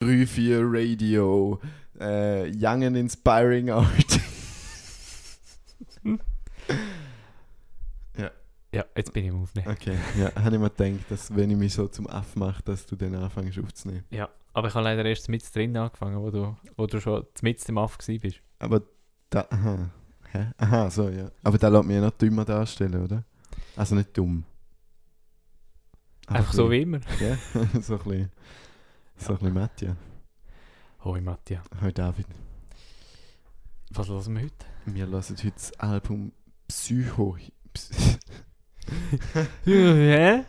3-4 Radio, Young and Inspiring Art. Ja, jetzt bin ich im Aufnehmen. Okay, ja, habe ich mir gedacht, dass wenn ich mich so zum Aff mache, dass du dann anfängst aufzunehmen. Ja, aber ich habe leider erst mit drin angefangen, wo du schon mit im Aff gewesen bist. Aber da, aha, so, ja. Aber da lässt mich ja noch dümmer darstellen, oder? Also nicht dumm. Einfach so wie immer. Ja, so ein bisschen Matja. Hoi Matja. Hoi David. Was hören wir heute? Wir hören heute das Album Psycho. Hä?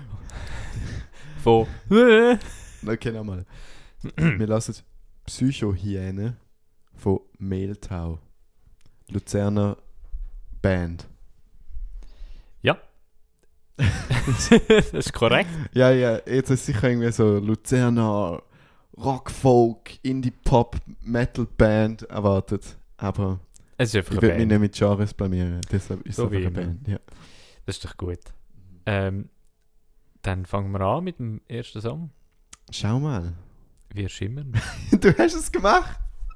Von Okay, nochmal. Wir hören Psychohyäne von Mehltau. Luzerner Band. Ja. Das ist korrekt. Ja, jetzt ist sicher irgendwie so Luzerner Rock, Folk, Indie, Pop, Metal Band erwartet. Aber Es ist einfach ich will mich nicht mit Genres blamieren. Deshalb ist es So einfach wie eine immer. Band. Ja. Das ist doch gut. Dann fangen wir an mit dem ersten Song. Schau mal. Wir schimmern. Du hast es gemacht!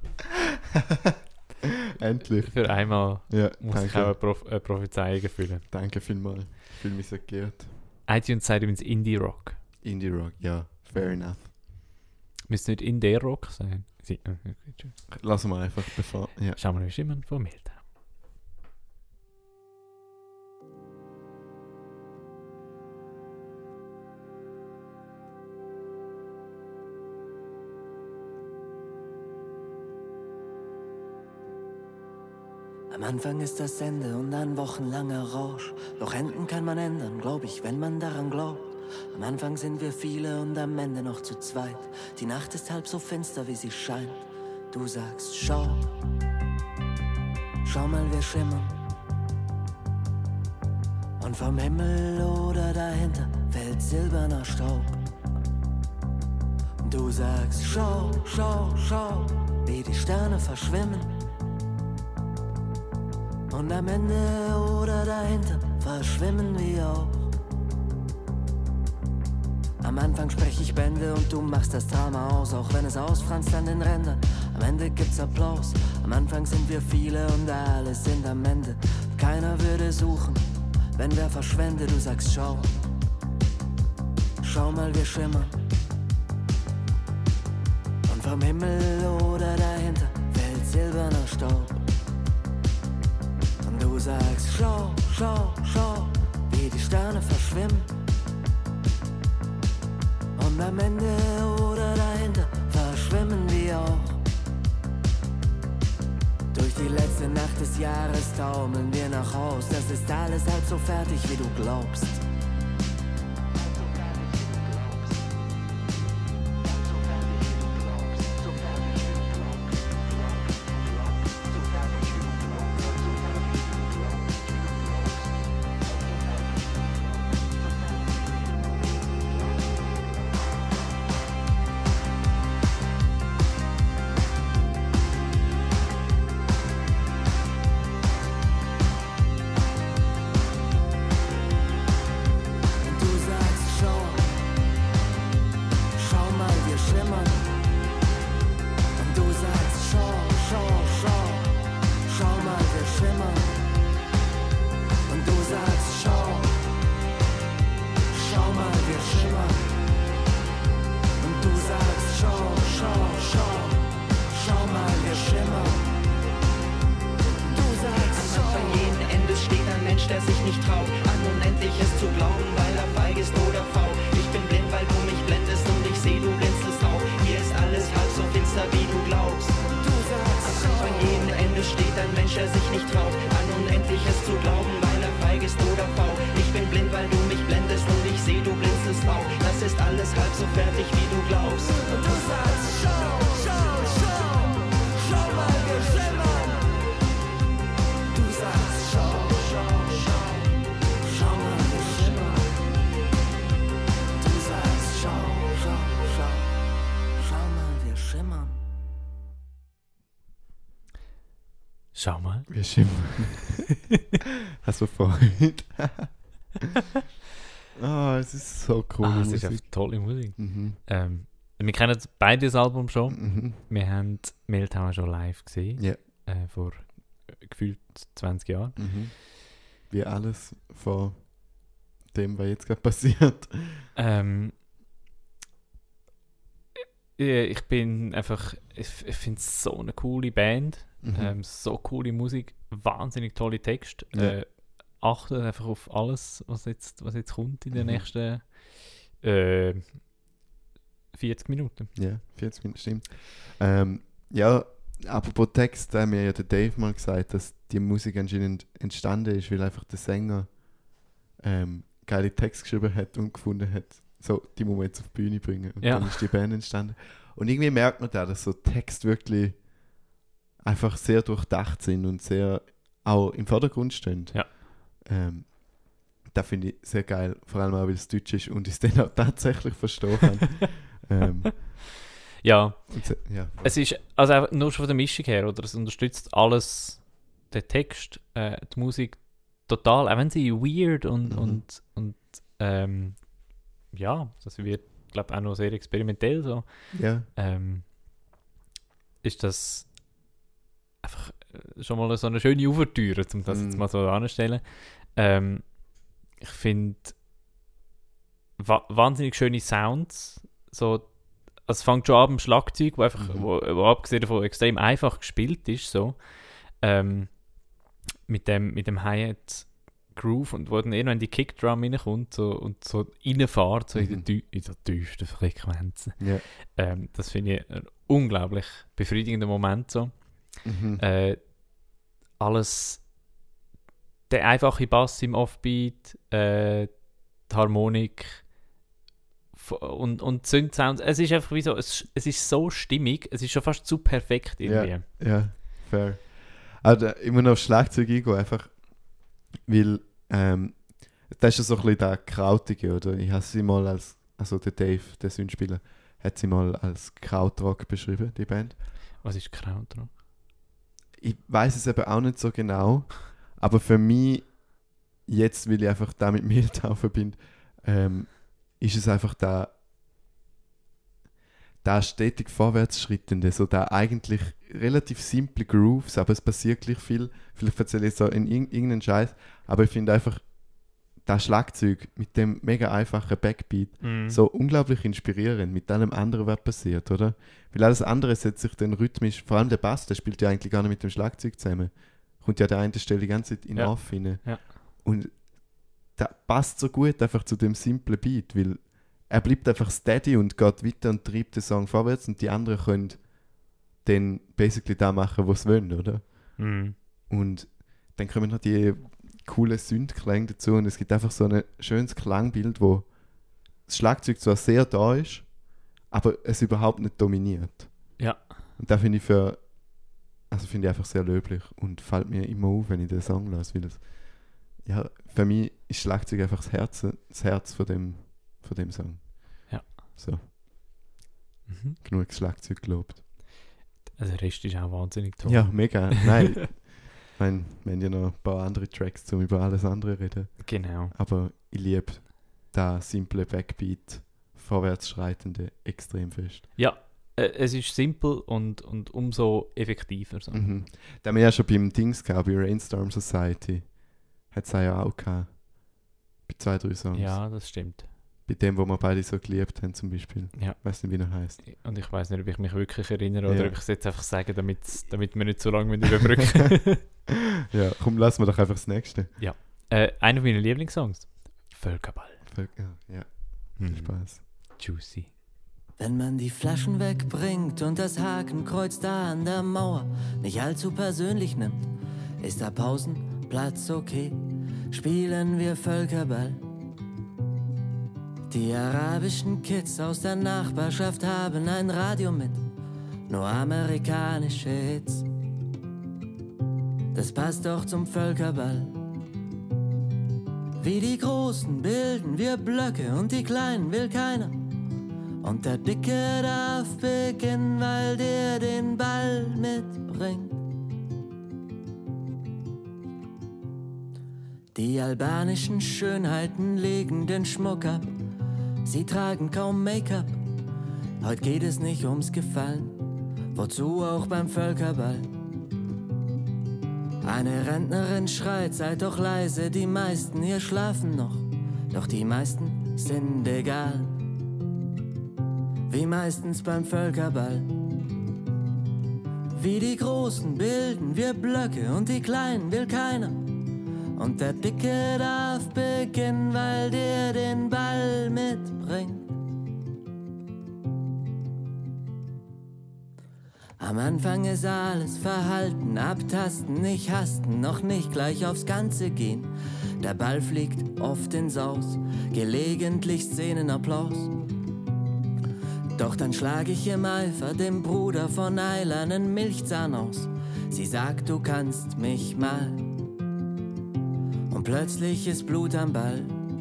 Endlich. Für einmal Ja, muss ich danke. auch eine Prophezeiung erfüllen. Danke vielmals. Ich fühle mich so geehrt. iTunes sagt übrigens Indie Rock. Indie Rock, ja. Fair enough. Müsste nicht in der Rock sein. Lassen wir einfach bevor. Ja. Schauen wir, wir schimmern von Mehltau. Am Anfang ist das Ende und ein wochenlanger Rausch. Doch enden kann man ändern, glaub ich, wenn man daran glaubt. Am Anfang sind wir viele und am Ende noch zu zweit. Die Nacht ist halb so finster, wie sie scheint. Du sagst, schau mal, wir schimmern. Und vom Himmel oder dahinter fällt silberner Staub. Du sagst, schau, wie die Sterne verschwimmen. Und am Ende oder dahinter verschwimmen wir auch. Am Anfang spreche ich Bände und du machst das Drama aus, auch wenn es ausfranst an den Rändern. Am Ende gibt's Applaus, am Anfang sind wir viele und alle sind am Ende. Keiner würde suchen, wenn wer verschwende. Du sagst schau mal, wir schimmern. Und vom Himmel oder dahinter fällt silberner Staub. Du sagst, schau, wie die Sterne verschwimmen. Und am Ende oder dahinter verschwimmen wir auch. Durch die letzte Nacht des Jahres taumeln wir nach Haus. Das ist alles halb so fertig, wie du glaubst. Der sich nicht traut, an Unendliches zu glauben, weil er feig ist oder faul. Ich bin blind, weil du mich blendest und ich seh, du blinzelst auch. Hier ist alles halb so finster, wie du glaubst. Am Anfang jeden Endes steht ein Mensch, der sich nicht traut, an Unendliches zu glauben, weil er feig ist oder faul. Ich bin blind, weil du mich blendest und ich seh, du blinzelst auch. Das ist alles halb so fertig, wie du glaubst. Und du sagst, schau mal, wir schimmern. Du sagst, schau mal, wir schimmern. Du sagst, schau mal, wir schimmern. Schau mal. Wir schimmern. Hast du Freude? Es ist so cool. Es ist Musik. einfach tolle Musik. Mhm. Wir kennen beide das Album schon. Mhm. Wir haben Meltdown schon live gesehen. Ja. Vor gefühlt 20 Jahren. Mhm. Wie alles von dem, was jetzt gerade passiert. Ich bin einfach, ich finde es so eine coole Band, Mhm. so coole Musik, wahnsinnig tolle Texte. Ja. Achtet einfach auf alles, was jetzt kommt in den Mhm. nächsten 40 Minuten. Ja, 40 Minuten, stimmt. Ja, apropos Text, da hat mir ja der Dave mal gesagt, dass die Musik anscheinend entstanden ist, weil einfach der Sänger geile Texte geschrieben hat und gefunden hat, so, die muss man jetzt auf die Bühne bringen. Und Ja. dann ist die Band entstanden. Und irgendwie merkt man da, dass so Texte wirklich einfach sehr durchdacht sind und sehr auch im Vordergrund stehen. Ja. Das finde ich sehr geil, vor allem auch, weil es Deutsch ist und ich es dann auch tatsächlich verstehen kann. Ja, Ja. es ist also einfach nur schon von der Mischung her, oder? Es unterstützt alles, den Text, die Musik total, auch wenn sie weird und ja, das wird, glaube ich, auch noch sehr experimentell so. Ja. Ist das einfach schon mal so eine schöne Ouvertüre, um das jetzt mal so anzustellen. Ich finde wahnsinnig schöne Sounds. So, es fängt schon an beim Schlagzeug, wo einfach, wo abgesehen davon extrem einfach gespielt ist, so. Mit dem Hi-Hat Groove und wo dann irgendwann die Kickdrum reinkommt so, und so reinfährt, so in der tiefsten Frequenzen. Ja. Das finde ich ein unglaublich befriedigender Moment so. Mhm. Alles, der einfache Bass im Offbeat, die Harmonik und Synth-Sounds, es ist einfach wie so, es ist so stimmig, es ist schon fast zu perfekt irgendwie. Ja, fair. Aber immer noch aufs Schlagzeug eingehen, einfach, weil das ist ja so ein bisschen der Krautige, oder? Ich habe sie mal als, also der Dave, der Synthspieler, hat sie mal als Krautrock beschrieben, die Band. Was ist Krautrock? Ich weiß es eben auch nicht so genau, aber für mich, jetzt, weil ich einfach da mit Meltdown verbinde, ist es einfach der stetig Vorwärtsschrittende, so der eigentlich relativ simple Grooves, aber es passiert gleich viel. Vielleicht erzähle ich so in irgendeinen Scheiß, aber ich finde einfach das Schlagzeug mit dem mega einfachen Backbeat so unglaublich inspirierend mit allem anderen, was passiert, oder? Weil alles andere setzt sich dann rhythmisch, vor allem der Bass, der spielt ja eigentlich gar nicht mit dem Schlagzeug zusammen. Kommt ja an der einen Stelle die ganze Zeit in Off rein. Ja. Und das passt so gut einfach zu dem simplen Beat, weil er bleibt einfach steady und geht weiter und treibt den Song vorwärts und die anderen können dann basically da machen, was sie wollen, oder? Und dann kommen noch die coolen Synth-Klänge dazu und es gibt einfach so ein schönes Klangbild, wo das Schlagzeug zwar sehr da ist, aber es überhaupt nicht dominiert. Ja. Und da finde ich einfach sehr löblich und fällt mir immer auf, wenn ich den Song höre, weil es, ja, für mich ist Schlagzeug einfach das Herz von dem Song. Ja. So. Genug Schlagzeug gelobt. Also der Rest ist auch wahnsinnig toll. Ja, mega. Nein, ich meine, wir haben ja noch ein paar andere Tracks, um über alles andere reden. Genau. Aber ich liebe da simple Backbeat, vorwärtsschreitende extrem fest. Ja, es ist simpel und umso effektiver. So. Da haben wir ja schon beim Dings gehabt, bei Rainstorm Society. Hat es ja auch gehabt. Bei 2, 3 Songs. Ja, das stimmt. Bei dem, wo wir beide so geliebt haben, zum Beispiel. Ja. Ich weiß nicht, wie er heißt. Und ich weiß nicht, ob ich mich wirklich erinnere oder Ja. ob ich es jetzt einfach sage, damit wir nicht so lange überbrücken. Ja, komm, lassen wir doch einfach das nächste. Einer meiner Lieblingssongs. Völkerball. Ja, viel Spaß. Juicy. Wenn man die Flaschen wegbringt und das Hakenkreuz da an der Mauer nicht allzu persönlich nimmt, ist der Pausenplatz okay, spielen wir Völkerball. Die arabischen Kids aus der Nachbarschaft haben ein Radio mit, nur amerikanische Hits. Das passt doch zum Völkerball. Wie die Großen bilden wir Blöcke und die Kleinen will keiner. Und der Dicke darf beginnen, weil der den Ball mitbringt. Die albanischen Schönheiten legen den Schmuck ab. Sie tragen kaum Make-up, Heute geht es nicht ums Gefallen, wozu auch beim Völkerball. Eine Rentnerin schreit, seid doch leise, die meisten hier schlafen noch, doch die meisten sind egal. Wie meistens beim Völkerball. Wie die Großen bilden wir Blöcke und die Kleinen will keiner. Und der Dicke darf beginnen, weil der den Ball mitbringt. Am Anfang ist alles Verhalten, abtasten, nicht hasten, noch nicht gleich aufs Ganze gehen. Der Ball fliegt oft ins Aus, gelegentlich Szenenapplaus. Doch dann schlag ich im Eifer dem Bruder von Ayla einen Milchzahn aus. Sie sagt, du kannst mich mal. Und plötzlich ist Blut am Ball.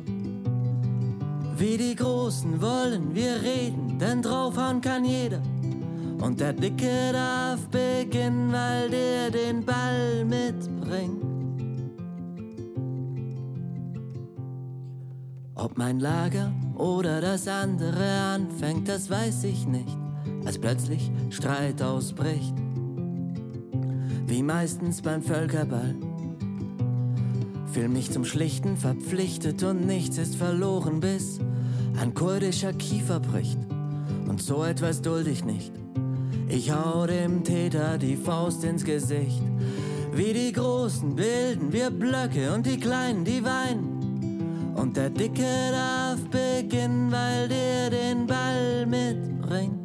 Wie die Großen wollen wir reden, denn draufhauen kann jeder. Und der Dicke darf beginnen, weil der den Ball mitbringt. Ob mein Lager oder das andere anfängt, das weiß ich nicht, als plötzlich Streit ausbricht. Wie meistens beim Völkerball. Fühl mich zum Schlichten verpflichtet und nichts ist verloren, bis ein kurdischer Kiefer bricht. Und so etwas duld ich nicht. Ich hau dem Täter die Faust ins Gesicht. Wie die Großen bilden wir Blöcke und die Kleinen, die weinen. Und der Dicke darf beginnen, weil der den Ball mitbringt.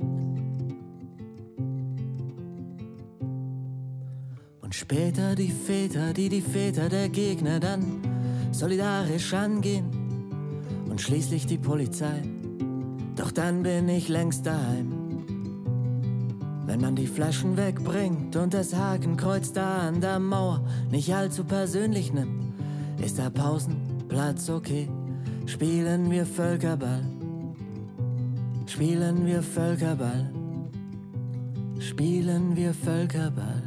Und später die Väter, die Väter der Gegner dann solidarisch angehen. Und schließlich die Polizei. Doch dann bin ich längst daheim. Wenn man die Flaschen wegbringt und das Hakenkreuz da an der Mauer nicht allzu persönlich nimmt, ist der Pausenplatz okay. Spielen wir Völkerball. Spielen wir Völkerball. Spielen wir Völkerball.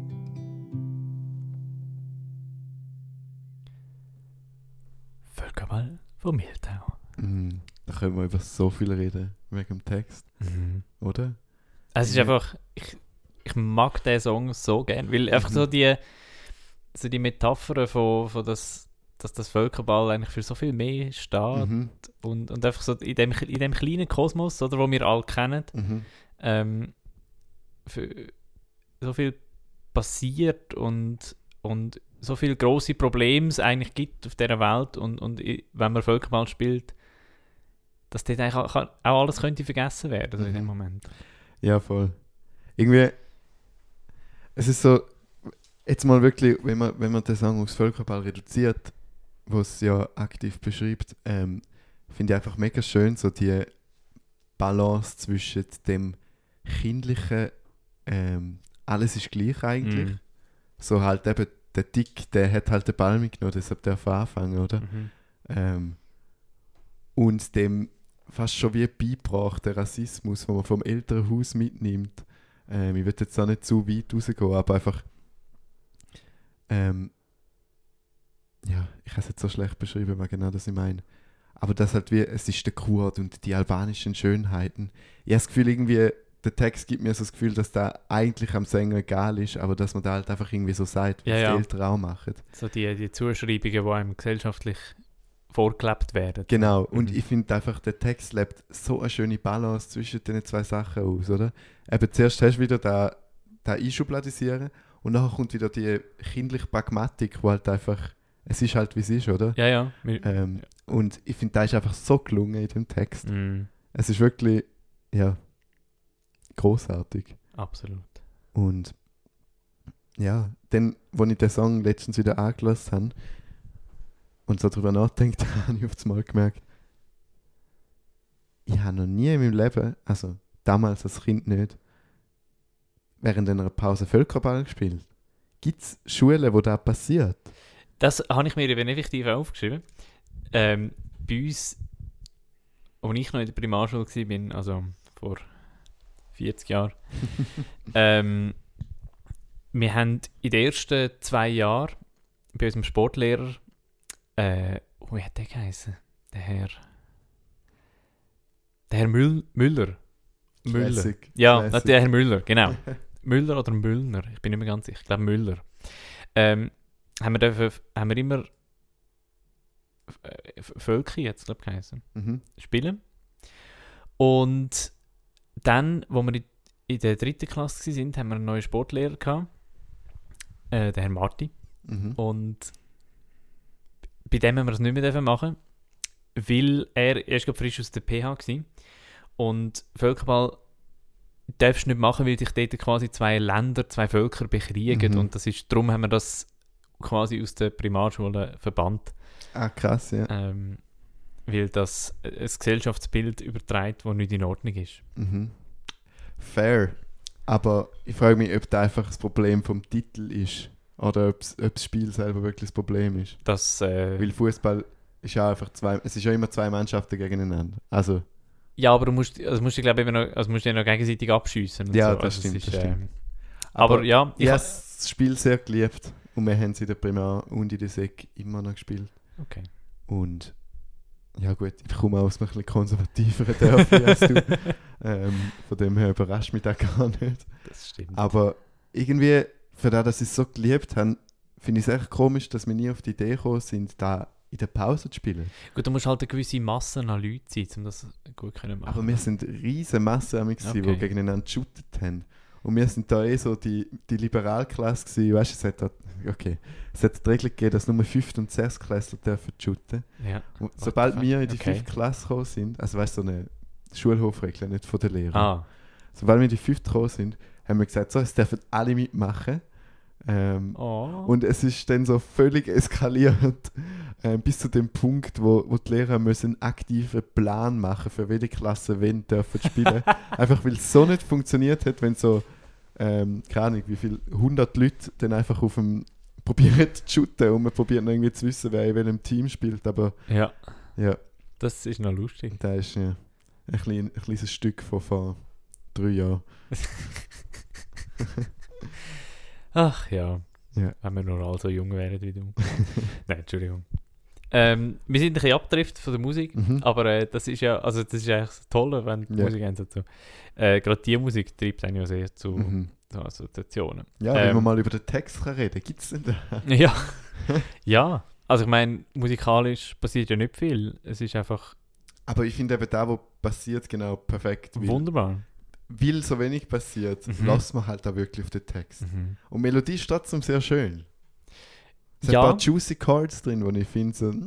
Völkerball von Miltau. Da können wir über so viel reden, wegen dem Text, oder? Es ist einfach, ich mag den Song so gern, weil einfach so die Metapher von dass das Völkerball eigentlich für so viel mehr steht und einfach so in dem kleinen Kosmos, oder, wo wir alle kennen, für so viel passiert und so viele grosse Probleme es eigentlich gibt auf dieser Welt und wenn man Völkerball spielt, dass dort eigentlich auch alles könnte vergessen werden in dem Moment. Ja, voll. Irgendwie, es ist so, jetzt mal wirklich, wenn man den Song aufs Völkerball reduziert, was es ja aktiv beschreibt, finde ich einfach mega schön, so die Balance zwischen dem kindlichen, alles ist gleich eigentlich. So halt eben, der Dick, der hat halt den Ball mitgenommen, deshalb darf er anfangen, oder? Und dem fast schon wie beigebrachten Rassismus, den man vom Elternhaus mitnimmt. Ich will jetzt auch nicht zu weit rausgehen, aber einfach ja, ich habe es jetzt so schlecht beschrieben, weil genau das ich meine. Aber das halt wie, es ist der Kurd und die albanischen Schönheiten. Ich habe das Gefühl, irgendwie, der Text gibt mir so das Gefühl, dass da eigentlich am Sänger egal ist, aber dass man da halt einfach irgendwie so sagt, was die Eltern auch machen. So die Zuschreibungen, die einem gesellschaftlich vorgelebt werden. Genau, und ich finde einfach, der Text lebt so eine schöne Balance zwischen den zwei Sachen aus, oder? Eben zuerst hast du wieder da Einschubladisieren und nachher kommt wieder die kindliche Pragmatik, wo halt einfach, es ist halt wie es ist, oder? Ja. Und ich finde, das ist einfach so gelungen in dem Text. Es ist wirklich, ja, großartig. Absolut. Und ja, dann, als ich den Song letztens wieder angelassen habe und so drüber nachdenkt, habe ich auf einmal gemerkt, ich habe noch nie in meinem Leben, also damals als Kind nicht, während einer Pause Völkerball gespielt. Gibt es Schulen, wo das passiert? Das habe ich mir eben effektiv aufgeschrieben. Bei uns, als ich noch in der Primarschule war, also vor 40 Jahren, wir haben in den ersten 2 Jahren bei unserem Sportlehrer, wie hat der geheißen? Der Herr Müller. Müller. Classic. Ja, Classic. der Herr Müller, genau. Müller oder Müllner, ich bin nicht mehr ganz sicher. Ich glaube Müller. Haben wir immer Völki, jetzt glaube ich geheißen, spielen. Und dann, wo wir in der 3. Klasse waren, haben wir einen neuen Sportlehrer gehabt, der Herr Marti. Und bei dem haben wir das nicht mehr machen, weil er ist gerade frisch aus der PH war. Und Völkerball darfst du nicht machen, weil sich dort quasi 2 Länder, 2 Völker bekriegen. Und darum haben wir das quasi aus der Primarschule verbannt. Ah, krass, ja. Weil das ein Gesellschaftsbild überträgt, das nicht in Ordnung ist. Fair. Aber ich frage mich, ob das einfach das Problem vom Titel ist. Oder ob das Spiel selber wirklich das Problem ist. Weil Fußball ist ja einfach es ist ja immer 2 Mannschaften gegeneinander. Also... Ja, aber du musst dich, glaube ich, noch gegenseitig abschiessen. Ja, so. das stimmt. Das stimmt. Aber ja... Ich habe das Spiel sehr geliebt. Und wir haben es in der Primar und in der Sek immer noch gespielt. Okay. Und ja gut, ich komme aus einem bisschen konservativeren Dörfern als du. Von dem her überrascht mich das gar nicht. Das stimmt. Aber irgendwie, für das, dass ich es so geliebt habe, finde ich es echt komisch, dass wir nie auf die Idee gekommen sind, da in der Pause zu spielen. Gut, du musst halt eine gewisse Masse an Leuten sein, um das gut zu machen. Aber wir sind eine riesige Masse, die gegeneinander geshootet haben. Und wir sind da so die Liberalklasse gewesen. Weißt du, es hat die Regel gegeben, dass nur 5. und 6. Klässler dürfen shooten. Ja. Und sobald wir in die 5. Klasse gekommen sind, also weißt du, so eine Schulhofregel, nicht von der Lehrer. Sobald wir in die 5. gekommen sind, haben wir gesagt, so, es dürfen alle mitmachen. Und es ist dann so völlig eskaliert bis zu dem Punkt, wo die Lehrer müssen einen aktiven Plan machen, für welche Klasse wen dürfen spielen. Einfach weil es so nicht funktioniert hat, wenn so keine Ahnung, wie viel 100 Leute dann einfach auf dem probieren zu shooten und man probiert irgendwie zu wissen, wer in welchem Team spielt, aber ja. Das ist noch lustig. Das ist ja ein kleines Stück von vor 3 Jahren. Ach ja, wenn wir nur alle so jung wären wie du. Nein, Entschuldigung. Wir sind ein bisschen abgedriftet von der Musik, aber das ist ja, also das ist eigentlich das Tolle, wenn die Musik so. Gerade die Musik treibt einen ja sehr zu so Assoziationen. Ja, wenn man mal über den Text kann reden, gibt es denn da? Ja, also ich meine, musikalisch passiert ja nicht viel, es ist einfach... Aber ich finde eben da, wo passiert, genau perfekt. Wunderbar. Weil so wenig passiert, lässt man halt da wirklich auf den Text. Und Melodie ist trotzdem sehr schön. Es sind ein paar juicy Chords drin, die ich finde so...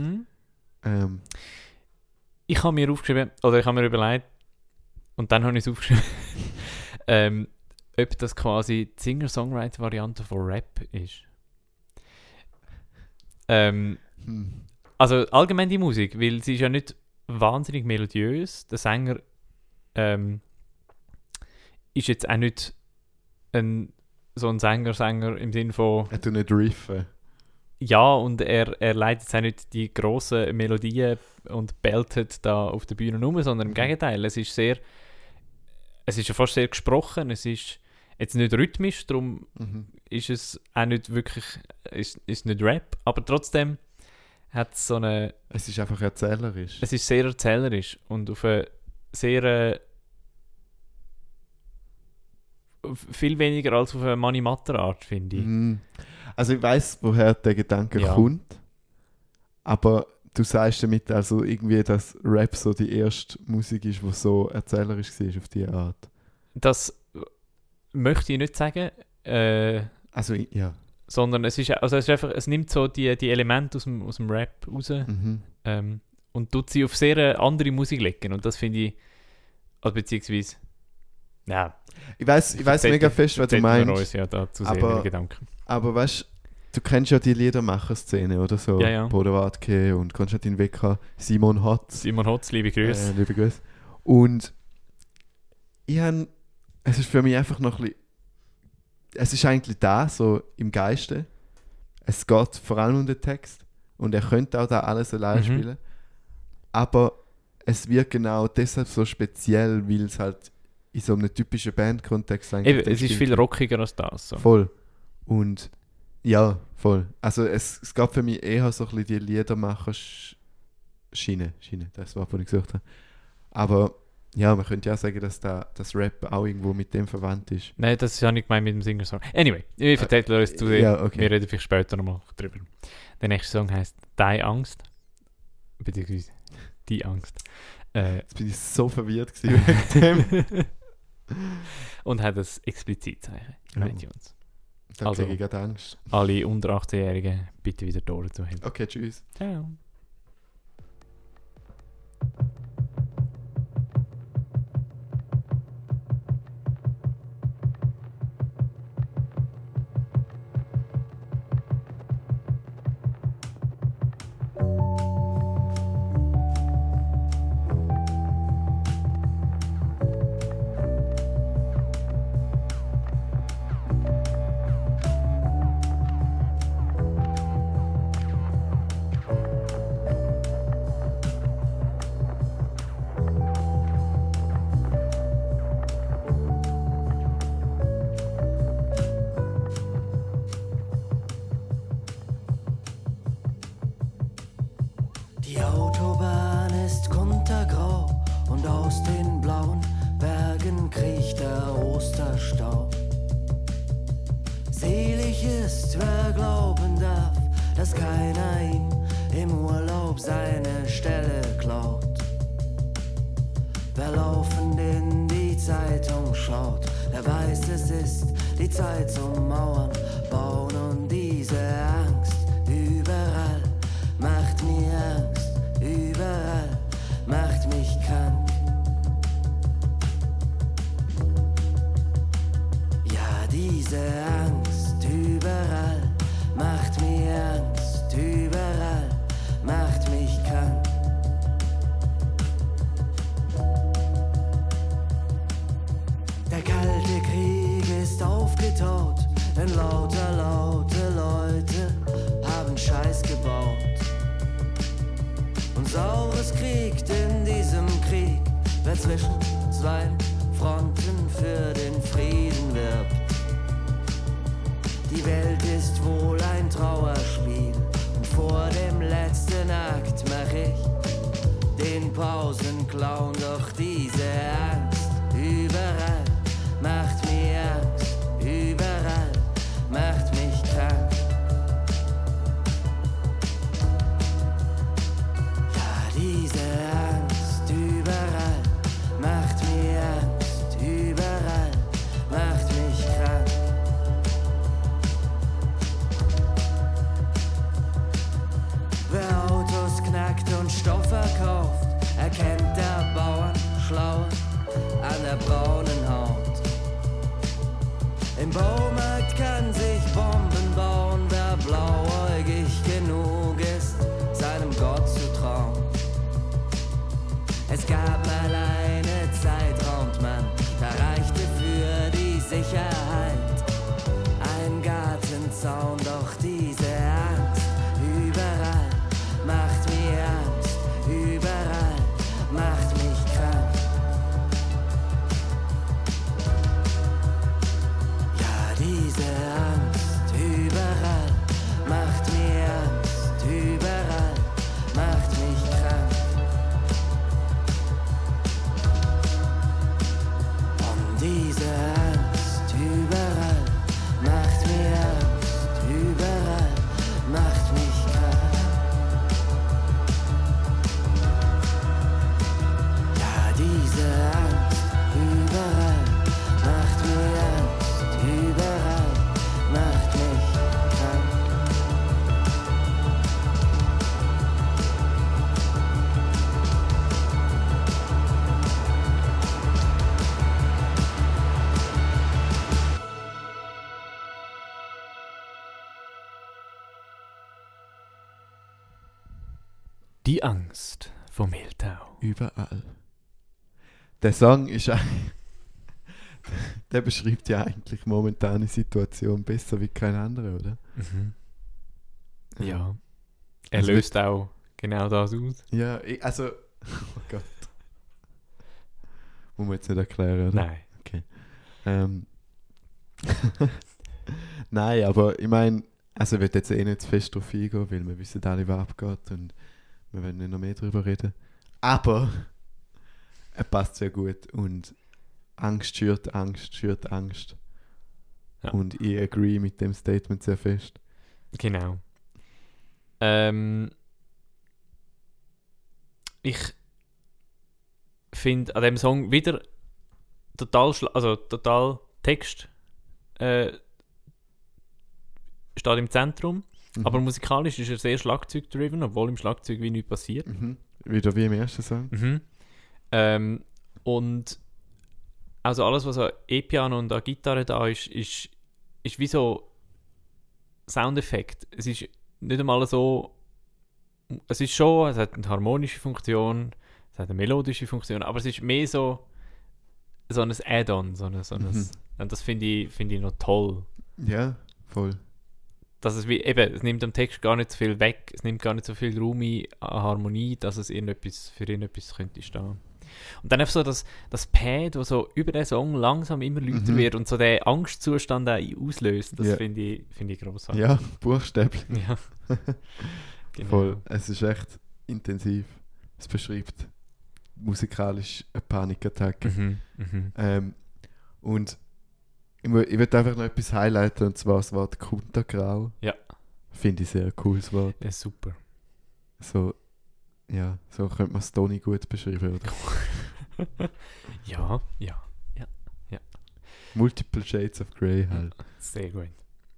Ich habe mir aufgeschrieben, oder ich habe mir überlegt, und dann habe ich es aufgeschrieben, ob das quasi die Singer-Songwriter-Variante von Rap ist. Also allgemein die Musik, weil sie ist ja nicht wahnsinnig melodiös. Der Sänger ist jetzt auch nicht so ein Sänger im Sinne von... Er tut nicht riffen. Ja, und er leitet jetzt auch nicht die grossen Melodien und beltet da auf der Bühne rum, sondern im Gegenteil, es ist ja fast sehr gesprochen, es ist jetzt nicht rhythmisch, darum ist es auch nicht wirklich, ist nicht Rap, aber trotzdem hat es so eine... Es ist einfach erzählerisch. Es ist sehr erzählerisch und auf eine sehr... viel weniger als auf eine Mani-Matter-Art, finde ich. Also ich weiss, woher der Gedanke kommt, aber du sagst damit also irgendwie, dass Rap so die erste Musik ist, die so erzählerisch war auf diese Art. Das möchte ich nicht sagen. Also ja. Sondern es ist einfach, es nimmt so die Elemente aus dem Rap raus und tut sie auf sehr andere Musik legen. Und das finde ich, also beziehungsweise, ja. Ich weiss mega fest, was du meinst. Aber weißt du, du kennst ja die Liedermacher-Szene, oder so? Ja. Bodo Wartke und Konstantin Wecker, Simon Hotz. Liebe Grüße. Liebe Grüße. Und es ist für mich einfach noch ein bisschen, es ist eigentlich da, so im Geiste. Es geht vor allem um den Text und er könnte auch da alles allein spielen. Aber es wird genau deshalb so speziell, weil es halt in so einem typischen Bandkontext eigentlich... Es ist viel rockiger als das. So. Voll. Und ja, voll. Also es gab für mich eher so ein bisschen die Liedermacher-Schiene. Das war, was ich gesucht habe. Aber Ja, man könnte ja auch sagen, dass das Rap auch irgendwo mit dem verwandt ist. Nein, das ist ja nicht gemeint mit dem Singer-Song. Anyway, ich erzähle uns zu dem. Ja, okay. Wir reden vielleicht später nochmal drüber. Der nächste Song heisst «Deine Angst». Beziehungsweise «Die Angst». Jetzt bin ich so verwirrt gewesen wegen dem. Und hat ein Explizitzeichen in Ja. iTunes. Da Also- kriege ich gerade Angst. Alle unter 18-Jährigen bitte wieder Tore zu helfen. Okay, tschüss. Ciao. Die Autobahn ist kuntergrau und aus den blauen Bergen kriecht der Osterstaub. Selig ist, wer glauben darf, dass keiner ihm im Urlaub seine Stelle klaut. Wer laufend in die Zeitung schaut, der weiß, es ist die Zeit zum Mauern bauen und diese Angst überall macht mir Angst, überall macht mich krank. Ja, diese Angst überall macht mir Angst, überall macht mich krank. Der Kalte Krieg ist aufgetaut, denn lauter laute Leute haben Scheiß gebaut. Und Saures kriegt in diesem Krieg, wer zwischen zwei Fronten für den Frieden wirbt. Die Welt ist wohl ein Trauerspiel und vor dem letzten Akt mach ich den Pausenclown, doch diese Angst überall macht mir Angst, überall macht mich krank. Ja, diese Angst überall macht mir Angst, überall macht mich krank. Wer Autos knackt und Stoff verkauft, erkennt der Bauern schlau an der braunen Haut. Im Baumarkt kann sich Bomben bauen, wer blauäugig genug ist, seinem Gott zu trauen. Es gab mal eine Zeit, raumt man, da reichte für die Sicherheit ein Gartenzaun, doch diese Angst überall macht mir Angst, überall macht mich krank. Ja, diese Angst überall macht mir Angst, überall macht mich krank. Und diese Angst überall macht mir Angst, überall macht mich krank. Ja, diese Angst überall macht mir Angst, überall macht mich krank. Die Angst vom Hilltau. Überall. Der Song ist eigentlich... Der beschreibt ja eigentlich momentane Situation besser wie kein anderer, oder? Mhm. Ja. Er Also löst auch genau das aus. Ja, also... Oh Gott. Muss man jetzt nicht erklären, oder? Nein. Nein, aber ich meine, also ich will jetzt eh nicht zu fest drauf eingehen, weil wir wissen alle, was abgeht und wir werden nicht noch mehr darüber reden. Aber Er passt sehr gut und Angst schürt Angst schürt Angst. Ja. Und ich agree mit dem Statement sehr fest. Genau. Ich finde an dem Song wieder total Text steht im Zentrum, aber musikalisch ist er sehr Schlagzeug-driven, obwohl im Schlagzeug wie nichts passiert. Wieder wie im ersten Song. Und also alles, was an E-Piano und an Gitarre da ist wie so Soundeffekt. Es ist nicht einmal so, es hat eine harmonische Funktion, es hat eine melodische Funktion, aber es ist mehr so ein Add-on, und das finde ich noch toll. Ja, voll. Dass es es nimmt dem Text gar nicht so viel weg, es nimmt gar nicht so viel Raum ein an Harmonie, dass es für irgendetwas könnte stehen. Und dann einfach so das Pad, das so über den Song langsam immer lauter wird und so den Angstzustand auch auslöst, das finde ich grossartig. Ja, buchstäblich. Ja. Genau. Voll. Es ist echt intensiv. Es beschreibt musikalisch eine Panikattacke. Und ich würde einfach noch etwas highlighten, und zwar das Wort Kuntergrau. Ja. Finde ich sehr ein cooles Wort. Ja, super. So könnte man Stony gut beschreiben, oder? Ja. Multiple Shades of Grey halt. Sehr gut.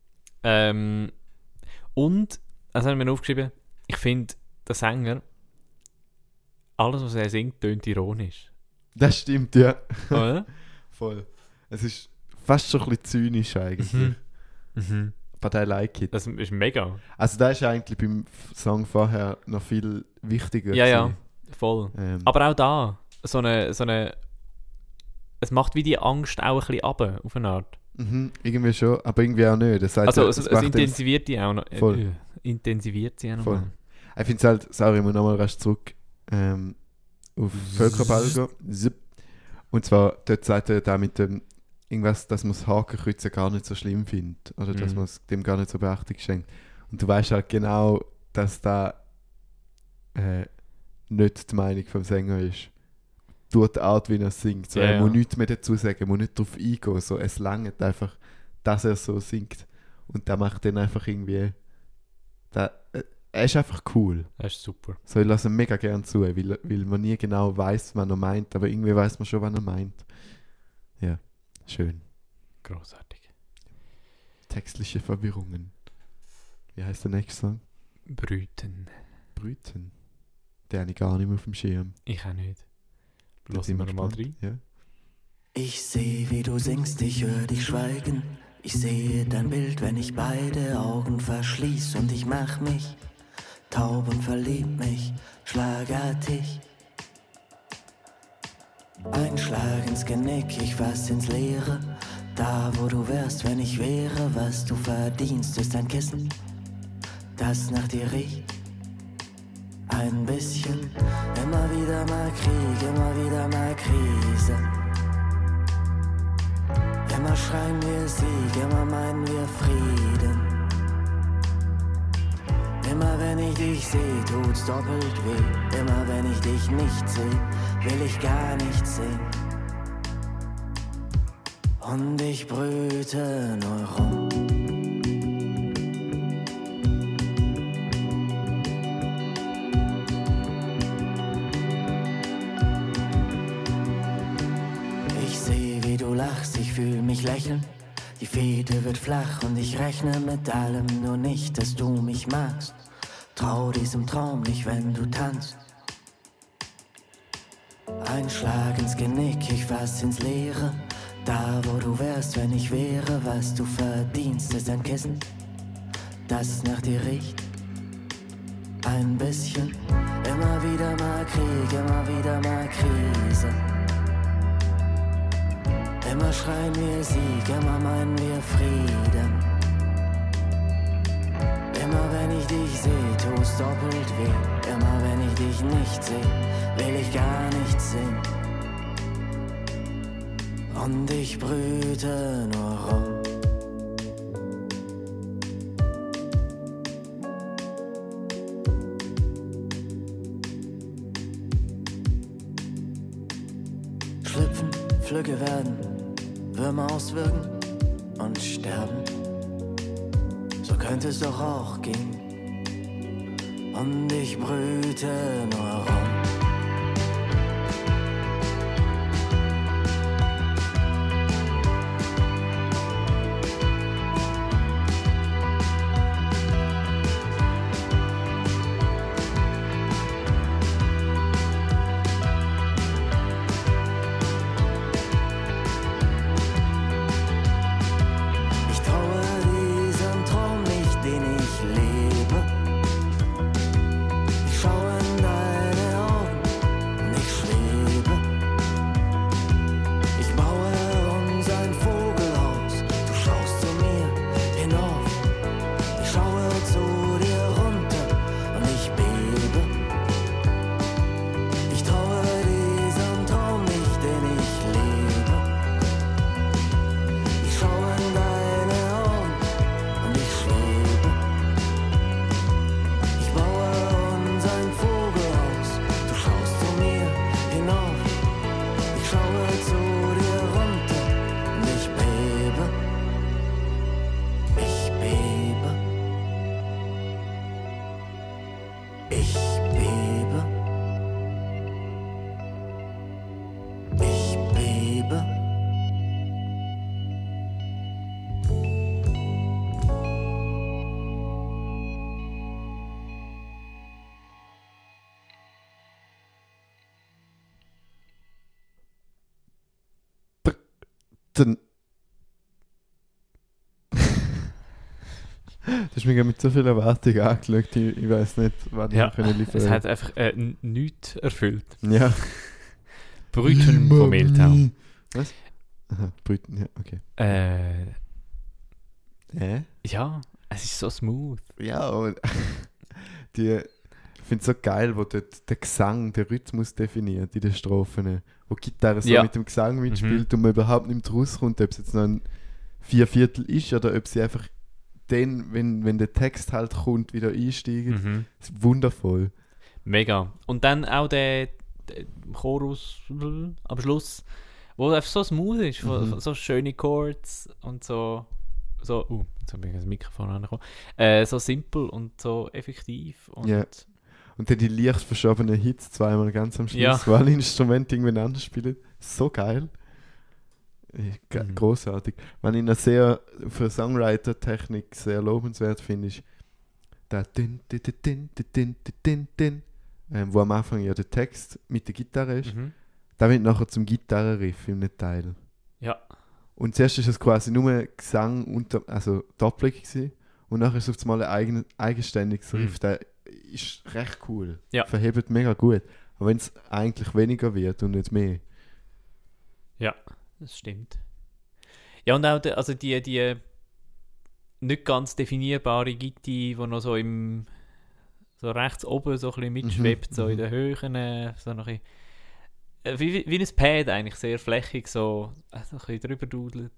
Und, also habe ich mir aufgeschrieben, ich finde, der Sänger, alles, was er singt, tönt ironisch. Das stimmt, ja. Oder? Voll. Es ist fast schon ein bisschen zynisch eigentlich. But I like it. Das ist mega. Also das ist eigentlich beim Song vorher noch viel wichtiger. Ja, voll. Aber auch da, so eine, es macht wie die Angst auch ein bisschen runter, auf eine Art. Irgendwie schon, aber irgendwie auch nicht. Das heißt, also es intensiviert die auch noch. Voll. Intensiviert sie auch noch. Voll. Ich finde es halt, sorry, ich muss nochmal rasch zurück auf Völkerball gehen. Und zwar, dort sagt er da mit dem irgendwas, dass man das Hakenkreuzen gar nicht so schlimm findet. Oder dass man dem gar nicht so Beachtung schenkt. Und du weißt halt genau, dass da nicht die Meinung vom Sänger ist. Durch die Art, wie er singt. So, er muss nichts mehr dazu sagen, er muss nicht darauf eingehen. So, es langt einfach, dass er so singt. Und der macht dann einfach irgendwie... Er ist einfach cool. Er ist super. So, ich lasse ihn mega gerne zu, weil man nie genau weiß, was er meint, aber irgendwie weiß man schon, was er meint. Ja, schön. Großartig. Textliche Verwirrungen. Wie heißt der nächste Song? Brüten. Den habe ich gar nicht mehr auf dem Schirm. Ich auch nicht. Da Lassen sind wir wir mal gespannt. rein. Ja. Ich sehe, wie du singst, ich höre dich schweigen. Ich sehe dein Bild, wenn ich beide Augen verschließ. Und ich mach mich taub und verlieb mich schlagartig. Ein Schlag ins Genick, ich fass ins Leere. Da, wo du wärst, wenn ich wäre, was du verdienst, ist ein Kissen, das nach dir riecht. Ein bisschen, immer wieder mal Krieg, immer wieder mal Krise. Immer schreien wir Sieg, immer meinen wir Frieden. Immer wenn ich dich sehe, tut's doppelt weh. Immer wenn ich dich nicht sehe, will ich gar nichts sehen. Und ich brüte nur rum. Ich sehe, wie du lachst, ich fühl mich lächeln. Die Fete wird flach und ich rechne mit allem, nur nicht, dass du mich magst. Trau diesem Traum nicht, wenn du tanzt. Ein Schlag ins Genick, ich fass ins Leere. Da, wo du wärst, wenn ich wäre, was du verdienst, ist ein Kissen, das nach dir riecht. Ein bisschen, immer wieder mal Krieg, immer wieder mal Krise. Immer schreien wir Sieg, immer meinen wir Frieden. Immer wenn ich dich sehe, tut's doppelt weh. Immer wenn ich dich nicht sehe, will ich gar nichts sehen. Und ich brüte nur rum. Flügge werden Würmer auswirken und sterben. So könnte es doch auch gehen. Und ich brüte nur rum. Dann. Du hast mich mit so viel Erwartung angeschaut, ich weiß nicht, was ich liefern es hat einfach nichts erfüllt. Ja. Brüten von Mehltau. Was? Aha, Brüten, ja, okay. Ja, es ist so smooth. Ja, und ich finde es so geil, wo dort der Gesang, der Rhythmus definiert in den Strophen, wo die Gitarre so mit dem Gesang mitspielt und man überhaupt nicht rauskommt, ob es jetzt noch ein 4/4 ist oder ob sie einfach dann, wenn der Text halt kommt, wieder einsteigt. Das ist wundervoll. Mega. Und dann auch der Chorus am Schluss, wo einfach so smooth ist, so schöne Chords und so jetzt habe ich das Mikrofon angekommen, so simpel und so effektiv. Und dann die leicht verschobenen Hits zweimal ganz am Schluss, wo alle Instrumente irgendwie anders spielen. So geil. Großartig. Was ich noch sehr für Songwriter-Technik sehr lobenswert finde, ist der wo am Anfang ja der Text mit der Gitarre ist. Da wird nachher zum Gitarrenriff im Teil. Ja. Und zuerst ist es quasi nur Gesang also Doppelung gewesen. Und nachher ist es auf einmal ein eigenständiges Riff. Der ist recht cool. Ja. Verhebt mega gut. Aber wenn es eigentlich weniger wird und nicht mehr. Ja, das stimmt. Ja, und auch die nicht ganz definierbare Gitti, die noch so so rechts oben so ein bisschen mitschwebt, so in den Höhen, so noch ein bisschen, wie ein Pad eigentlich, sehr flächig, so ein bisschen drüber dudelt.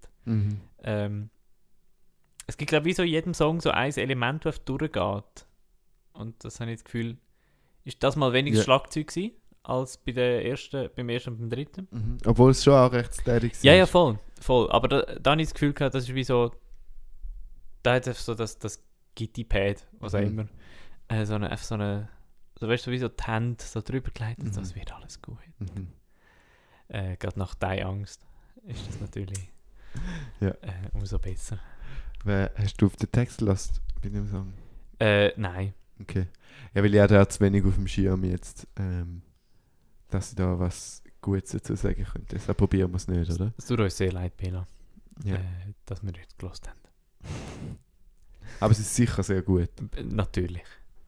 Es gibt, glaube ich, wie so in jedem Song so ein Element, das durchgeht. Und das habe ich das Gefühl, ist das mal weniger Schlagzeug gewesen, als beim ersten und beim dritten. Obwohl es schon auch recht static ist. Ja, voll. Aber da habe ich das Gefühl gehabt, das ist wie so, da hat es so das Gitti-Pad, was auch immer, so weißt du, wie so die Hände so drüber gelegt und das wird alles gut. Gerade nach «Deine Angst» ist das natürlich umso besser. Hast du auf den Text gelassen bei dem Song? Nein. Okay. Ja, weil ich hatte zu wenig auf dem Schirm jetzt, dass ich da was Gutes dazu sagen könnte. Deshalb probieren wir es nicht, oder? Es tut uns sehr leid, Bela, ja. dass wir nicht gehört haben. Aber es ist sicher sehr gut. Natürlich.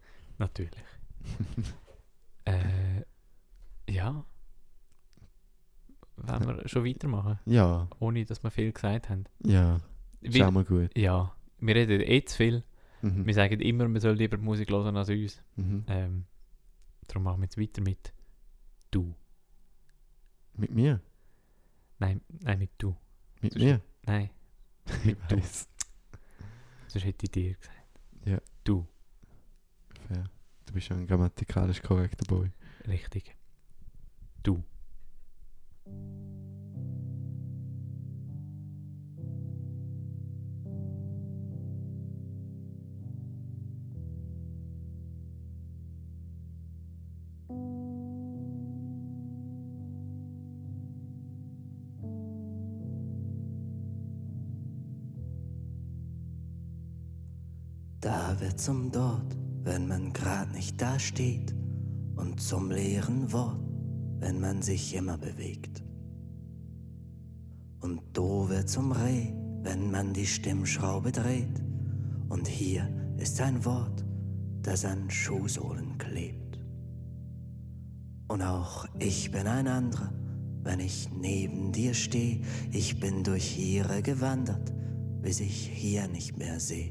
Ja. Wollen wir schon weitermachen? Ja. Ohne, dass wir viel gesagt haben. Ja. Schau mal gut. Ja. Wir reden zu viel. Wir sagen immer, wir sollen lieber Musik hören als uns. Darum machen wir jetzt weiter mit «Du». Mit mir? Nein, mit «Du». Mit mir? Nein, mit «Du». Sonst hätte ich dir gesagt. Ja. «Du». Fair. Du bist schon ein grammatikalisch korrekter Boy. Richtig. «Du». Da wird zum Dort, wenn man grad nicht da steht, und zum leeren Wort, wenn man sich immer bewegt. Und Do wird zum Reh, wenn man die Stimmschraube dreht, und hier ist ein Wort, das an Schuhsohlen klebt. Und auch ich bin ein anderer, wenn ich neben dir steh, ich bin durch hier gewandert, bis ich hier nicht mehr seh.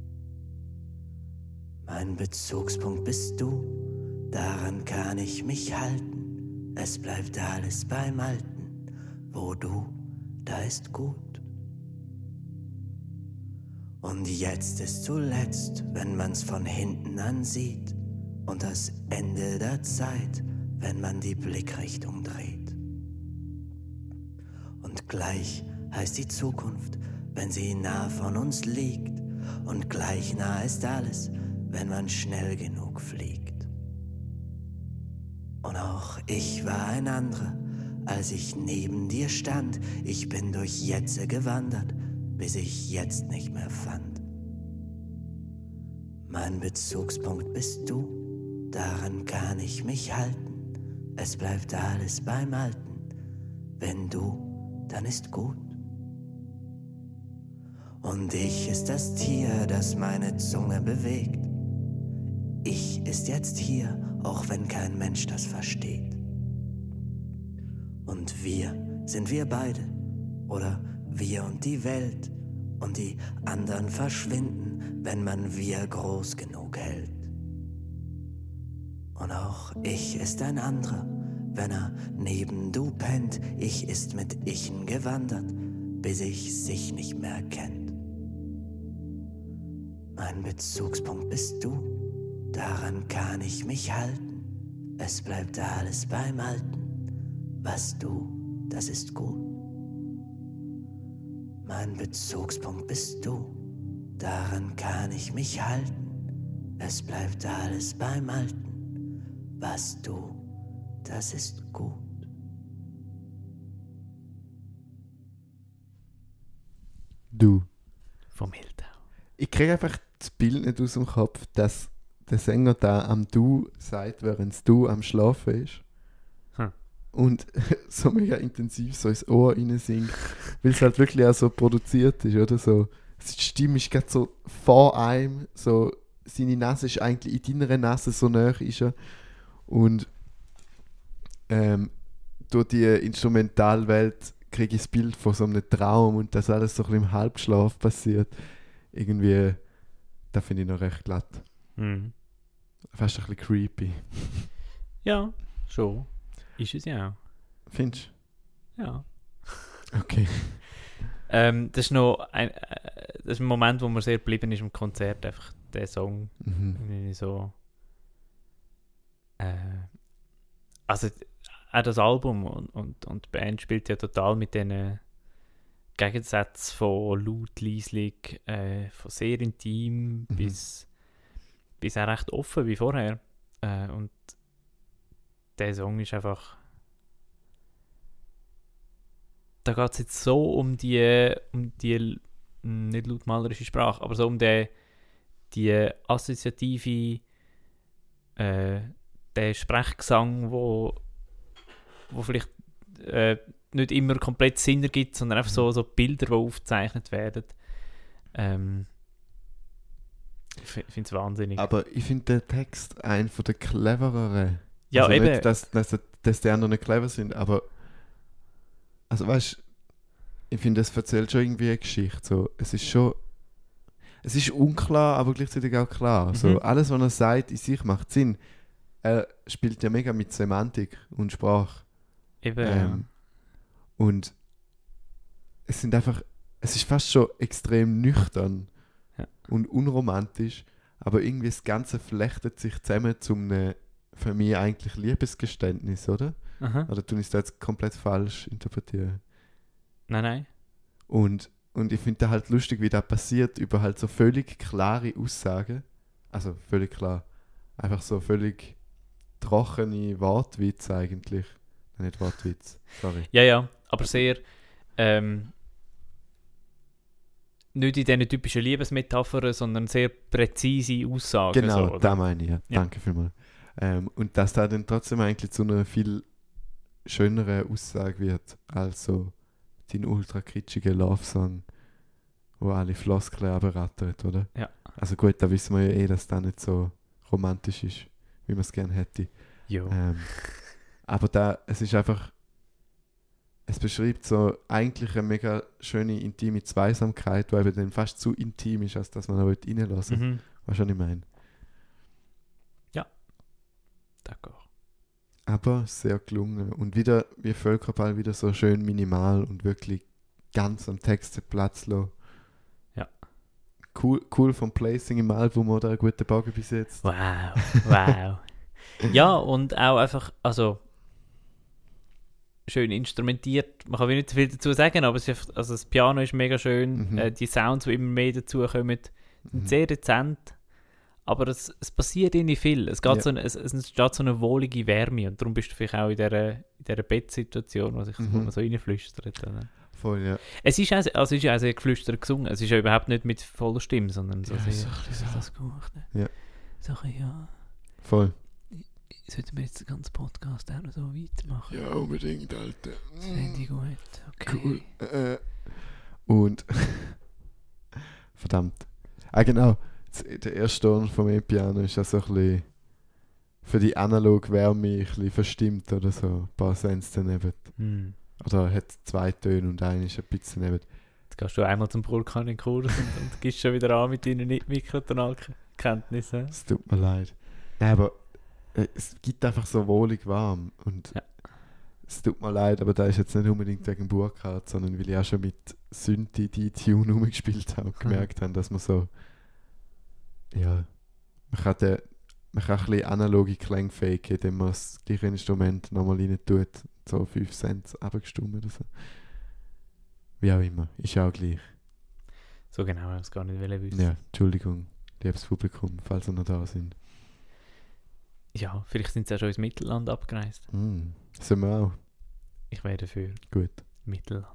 Mein Bezugspunkt bist du, daran kann ich mich halten, es bleibt alles beim Alten, wo du, da ist gut. Und jetzt ist zuletzt, wenn man's von hinten ansieht, und das Ende der Zeit, wenn man die Blickrichtung dreht. Und gleich heißt die Zukunft, wenn sie nah von uns liegt, und gleich nah ist alles, wenn man schnell genug fliegt. Und auch ich war ein anderer, als ich neben dir stand, ich bin durch Jetze gewandert, bis ich jetzt nicht mehr fand. Mein Bezugspunkt bist du, daran kann ich mich halten, es bleibt alles beim Alten, wenn du, dann ist gut. Und ich ist das Tier, das meine Zunge bewegt, ich ist jetzt hier, auch wenn kein Mensch das versteht. Und wir sind wir beide, oder wir und die Welt, und die anderen verschwinden, wenn man wir groß genug hält. Und auch ich ist ein anderer, wenn er neben du pennt, ich ist mit Ichen gewandert, bis ich sich nicht mehr kennt. Mein Bezugspunkt bist du, daran kann ich mich halten, es bleibt alles beim Alten, was du, das ist gut. Mein Bezugspunkt bist du, daran kann ich mich halten, es bleibt alles beim Alten, was du, das ist gut. Du. Vom Hildau. Ich kriege einfach das Bild nicht aus dem Kopf, dass der Sänger da am Du sagt, während das Du am Schlafen ist. Und so mega intensiv so ins Ohr rein singt, weil es halt wirklich auch so produziert ist, oder so. Die Stimme ist gerade so vor einem, so seine Nase ist eigentlich in deiner Nase, so nah ist er. Und durch die Instrumentalwelt kriege ich das Bild von so einem Traum und das alles so ein bisschen im Halbschlaf passiert. Irgendwie, das finde ich noch recht glatt. Mhm. Fast ein bisschen creepy. Ja, schon. Ist es ja auch. Findest du? Ja. Okay. Das ist noch das ist ein Moment, wo mir sehr geblieben ist im Konzert, einfach der Song. Irgendwie so. Also auch das Album und die Band spielt ja total mit diesen Gegensätzen von laut, leislich, von sehr intim bis auch recht offen wie vorher. Und der Song ist einfach. Da geht es jetzt so um die nicht lautmalerische Sprache, aber so um die assoziative, der Sprechgesang, wo vielleicht nicht immer komplett Sinn ergibt, sondern einfach so Bilder, die aufgezeichnet werden. Ich finde es wahnsinnig. Aber ich finde den Text einen von der clevereren. Ja, also eben. Nicht, dass die anderen nicht clever sind, aber also weißt, ich finde, es erzählt schon irgendwie eine Geschichte. So, es ist unklar, aber gleichzeitig auch klar. So, alles, was er sagt, in sich macht Sinn. Er spielt ja mega mit Semantik und Sprache. Eben. Und es ist fast schon extrem nüchtern und unromantisch, aber irgendwie das Ganze flechtet sich zusammen zum für mich eigentlich Liebesgeständnis, oder? Aha. Oder tue ich das jetzt komplett falsch interpretieren? Nein. Und ich finde das halt lustig, wie das passiert über halt so völlig klare Aussagen. Also völlig klar. Einfach so völlig trockene Wortwitz eigentlich. Nicht Wortwitz, sorry. Ja, aber sehr nicht in diesen typischen Liebesmetaphern, sondern sehr präzise Aussagen. Genau, so, da meine ich, ja. Ja. Danke vielmals. Und dass da dann trotzdem eigentlich zu einer viel schöneren Aussage wird, als so dein ultra kitschige Love-Song, wo alle Floskeln abrattert, oder? Ja. Also gut, da wissen wir ja eh, dass das nicht so romantisch ist, wie man es gerne hätte. Jo. Aber es ist einfach, es beschreibt so eigentlich eine mega schöne, intime Zweisamkeit, die eben dann fast zu intim ist, als dass man da reinlassen will. Mhm. Weißt du, was ich meine? D'accord. Aber sehr gelungen. Und wieder, wie Völkerball, wieder so schön minimal und wirklich ganz am Text Platz lassen. Ja. Cool vom Placing im Album oder einen guten Bogen bis jetzt. Wow. Ja, und auch einfach, also schön instrumentiert. Man kann nicht viel dazu sagen, aber es ist einfach, also das Piano ist mega schön. Mhm. Die Sounds, die immer mehr dazukommen, sind sehr dezent. Aber es passiert irgendwie viel. Es geht es entsteht so eine wohlige Wärme und darum bist du vielleicht auch in dieser Bettsituation, wo man so reinflüstert. Oder? Voll, ja. Es ist ja sehr geflüstert gesungen. Es ist ja überhaupt nicht mit voller Stimme, sondern so Ja, sehr... so ein bisschen so. Das gut. Ja. So ein bisschen, ja... Voll. Sollten wir jetzt den ganzen Podcast auch noch so weitermachen? Ja, unbedingt, Alter. Das fände ich gut. Okay. Cool. Und... Verdammt. Genau. Der erste Ton vom E-Piano ist ja so ein bisschen für die analoge Wärme ein bisschen verstimmt oder so. Ein paar Cents daneben. Hm. Oder hat 2 Töne und einer ist ein bisschen daneben. Jetzt gehst du einmal zum Vulkanikkurs und gehst schon wieder an mit deinen Mikrotonalkenntnissen. Es tut mir leid. Nein, aber es gibt einfach so wohlig warm. Und Ja. es tut mir leid, aber da ist jetzt nicht unbedingt wegen Burkhardt, sondern weil ich auch schon mit Synthi die Tune rumgespielt habe und gemerkt habe, dass man so... Ja, man kann ein bisschen analoge Klänge faken, indem man das gleiche Instrument nochmal rein tut, so 5 Cent abgestimmt oder so. Wie auch immer, ist auch gleich. So genau, haben wir es gar nicht wissen. Ja, Entschuldigung, liebes Publikum, falls ihr noch da sind. Ja, vielleicht sind sie ja schon ins Mittelland abgereist. Sind wir auch. Ich wäre dafür. Gut. Mittelland.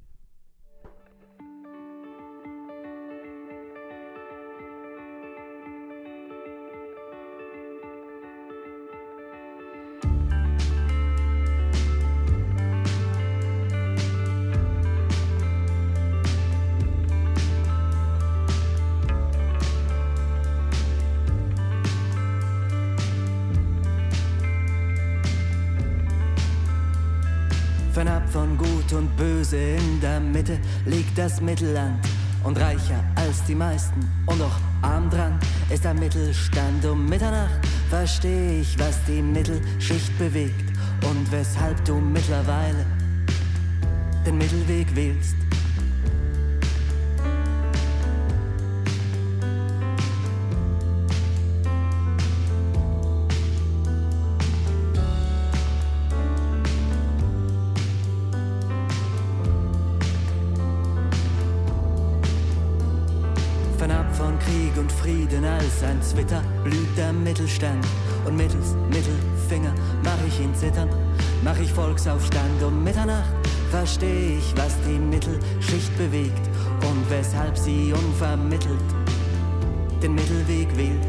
Fernab von Gut und Böse in der Mitte liegt das Mittelland. Und reicher als die meisten und auch arm dran ist der Mittelstand. Um Mitternacht versteh ich, was die Mittelschicht bewegt und weshalb du mittlerweile den Mittelweg wählst. Fernab von Krieg und Frieden als ein Zwitter blüht der Mittelstand. Und mittels Mittelfinger mach ich ihn zittern, mach ich Volksaufstand. Um Mitternacht versteh ich, was die Mittelschicht bewegt und weshalb sie unvermittelt den Mittelweg wählt.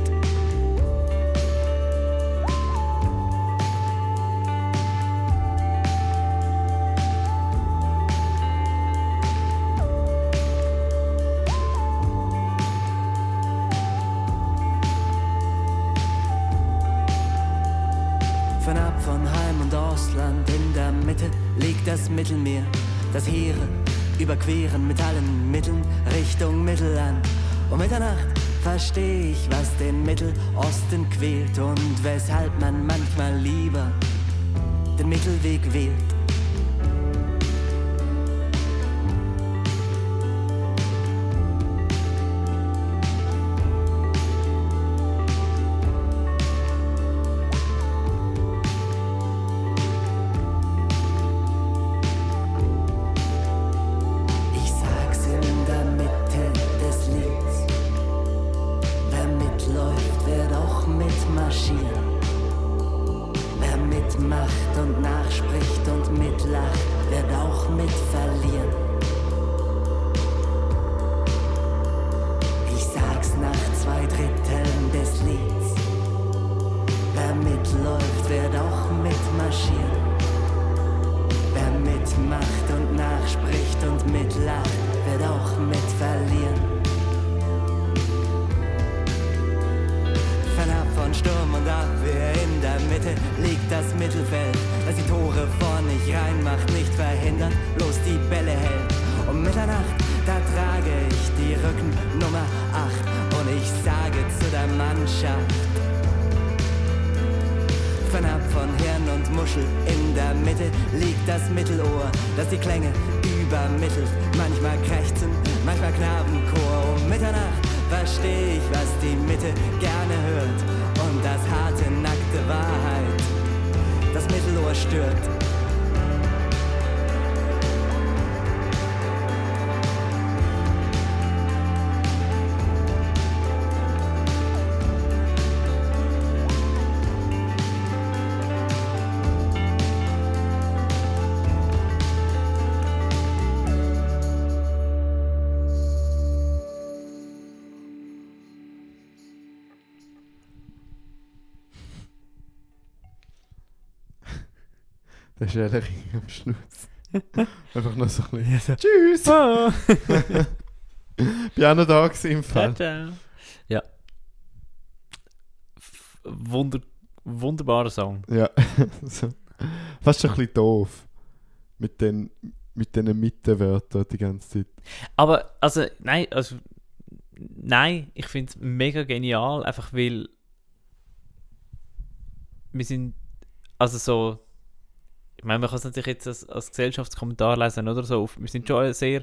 Fernab von Heim und Ausland in der Mitte liegt das Mittelmeer. Das Heere überqueren mit allen Mitteln Richtung Mittelland. Um Mitternacht versteh ich, was den Mittelosten quält und weshalb man manchmal lieber den Mittelweg wählt. Ich sag's in der Mitte des Lieds. Wer mitläuft, wird auch mitmarschieren. Wer mitmacht und nachspricht und liegt das Mittelfeld, das die Tore vorn nicht reinmacht, nicht verhindert, bloß die Bälle hält. Um Mitternacht, da trage ich die Rückennummer 8 und ich sage zu der Mannschaft: Fernab von Hirn und Muschel, in der Mitte liegt das Mittelohr, das die Klänge übermittelt. Manchmal krächzen, manchmal Knabenchor. Um Mitternacht versteh ich, was die Mitte gerne hört. Und das harte, nackte Wahrheit das Mittelohr stört. Der Schädering am Schluss. Einfach noch so ein bisschen. Tschüss! Oh. Bin auch noch da gewesen im Fall. Ciao. Ja. Wunderbarer Song. Ja. So. Fast schon ein bisschen doof. Mit den Mittenwörtern die ganze Zeit. Aber, nein, ich finde es mega genial, einfach weil wir sind, also so, ich meine, man kann es natürlich jetzt als Gesellschaftskommentar lesen oder so, wir sind schon sehr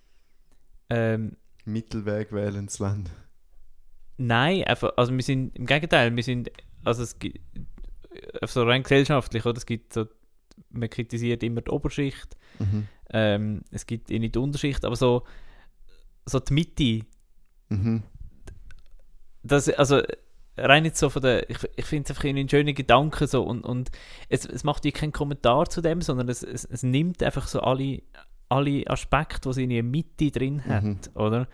Mittelweg wählen ins Land. nein, einfach, also wir sind, im Gegenteil, wir sind, also es gibt, so rein gesellschaftlich, oder, es gibt so, man kritisiert immer die Oberschicht, es gibt nicht die Unterschicht, aber so die Mitte, das, also rein jetzt so von der, ich finde es einfach einen schönen Gedanken so und es macht ja keinen Kommentar zu dem, sondern es nimmt einfach so alle Aspekte, die sie in der Mitte drin hat, oder?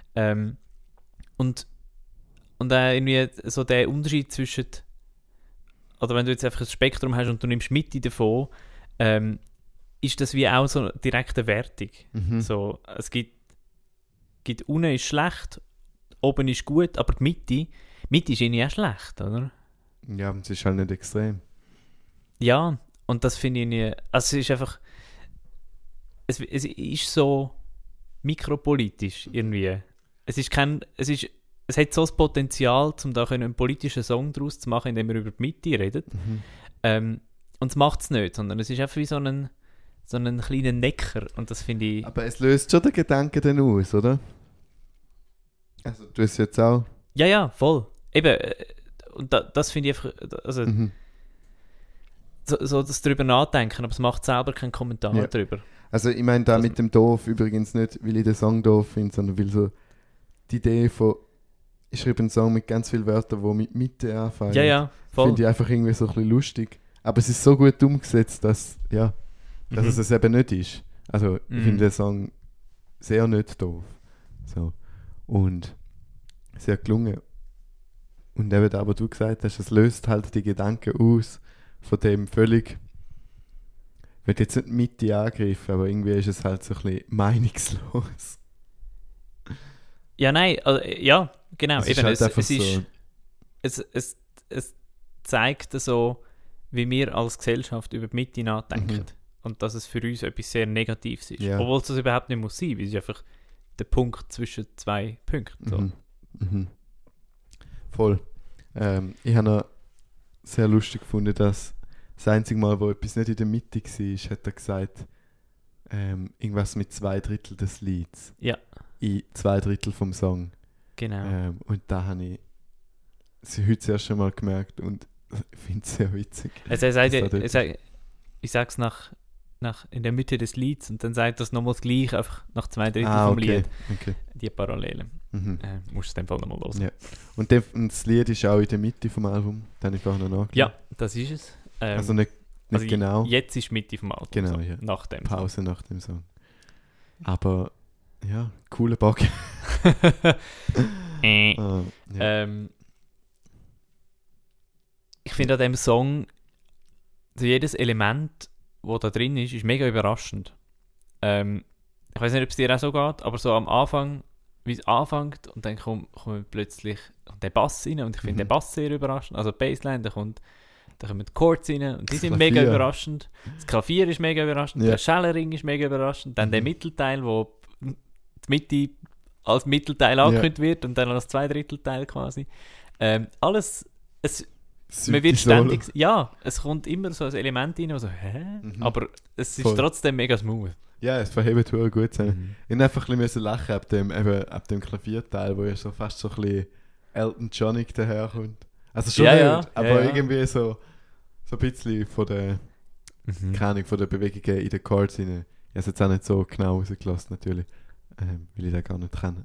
Und irgendwie so der Unterschied zwischen, oder wenn du jetzt einfach ein Spektrum hast und du nimmst Mitte davon, ist das wie auch so eine direkte Wertung. So, es gibt unten ist schlecht, oben ist gut, aber die Mitte ist irgendwie auch schlecht, oder? Ja, es ist halt nicht extrem. Ja, und das finde ich irgendwie, also es ist einfach, es ist so mikropolitisch irgendwie. Es hat so das Potenzial, um da einen politischen Song daraus zu machen, indem wir über die Mitte reden. Und es macht es nicht, sondern es ist einfach wie so ein kleiner Necker und das finde ich... Aber es löst schon den Gedanken dann aus, oder? Also du hast jetzt auch... Ja, voll. Eben, und das finde ich einfach, also so das drüber nachdenken, aber es macht selber keinen Kommentar drüber. Also ich meine da mit dem Doof übrigens nicht, weil ich den Song doof finde, sondern weil so die Idee von, ich schreibe einen Song mit ganz vielen Wörtern, die mit Mitte anfangen. Ja, voll. Finde ich einfach irgendwie so ein bisschen lustig. Aber es ist so gut umgesetzt, dass es eben nicht ist. Also ich finde den Song sehr nicht doof. So. Und sehr gelungen. Und eben, aber du gesagt hast, es löst halt die Gedanken aus von dem völlig, ich will jetzt nicht Mitte angreifen, aber irgendwie ist es halt so ein bisschen meinungslos. Ja, nein, also, ja, genau. Es eben, ist halt es zeigt so, wie wir als Gesellschaft über die Mitte nachdenken. Und dass es für uns etwas sehr Negatives ist. Ja. Obwohl es das überhaupt nicht muss sein, weil es ist einfach der Punkt zwischen zwei Punkten. So. Voll. Ich habe noch sehr lustig gefunden, dass das einzige Mal, wo etwas nicht in der Mitte war, hat er gesagt, irgendwas mit 2/3 des Lieds. Ja. In 2/3 vom Song. Genau. Und da habe ich sie heute das erste Mal gemerkt und ich finde es sehr witzig. Also er sagt, ich sage es nach in der Mitte des Lieds und dann sagt das nochmals gleich, einfach nach 2/3 vom Lied. Okay. Die Parallelen. Musst du in dem Fall nochmal hören. Ja. Und das Lied ist auch in der Mitte vom Album, das habe ich vorhin noch nachgeschaut. Ja, das ist es. Also nicht genau. Jetzt ist die Mitte vom Album. Genau, so, ja. Nach dem Pause Song. nach dem Song. Aber, ja, cooler Bock. Ich finde an diesem Song, so jedes Element, das da drin ist mega überraschend. Ich weiß nicht, ob es dir auch so geht, aber so am Anfang, wie es anfängt und dann kommt plötzlich der Bass rein und ich finde den Bass sehr überraschend. Also die Bassline, dann kommt Da kommen die Chords rein und die Das sind Klavier. mega überraschend. Das Klavier ist mega überraschend, Ja. der Schellenring ist mega überraschend, dann der Mittelteil, wo die Mitte als Mittelteil angekündigt wird und dann als 2/3 quasi. Alles, man wird ständig, ja, es kommt immer so ein Element rein, so, hä? Aber es ist Voll. trotzdem mega smooth. Ja, es verhebt verdammt gut zusammen. Ich musste einfach ein bisschen lachen ab dem Klavierteil, wo ja so fast so ein bisschen Elton Johnig daherkommt. Also schon Ja, nicht, aber ja. irgendwie so ein bisschen von der, keine Ahnung, von der Bewegungen in den Chords rein. Ich habe es jetzt auch nicht so genau rausgelassen, natürlich, weil ich das gar nicht kenne.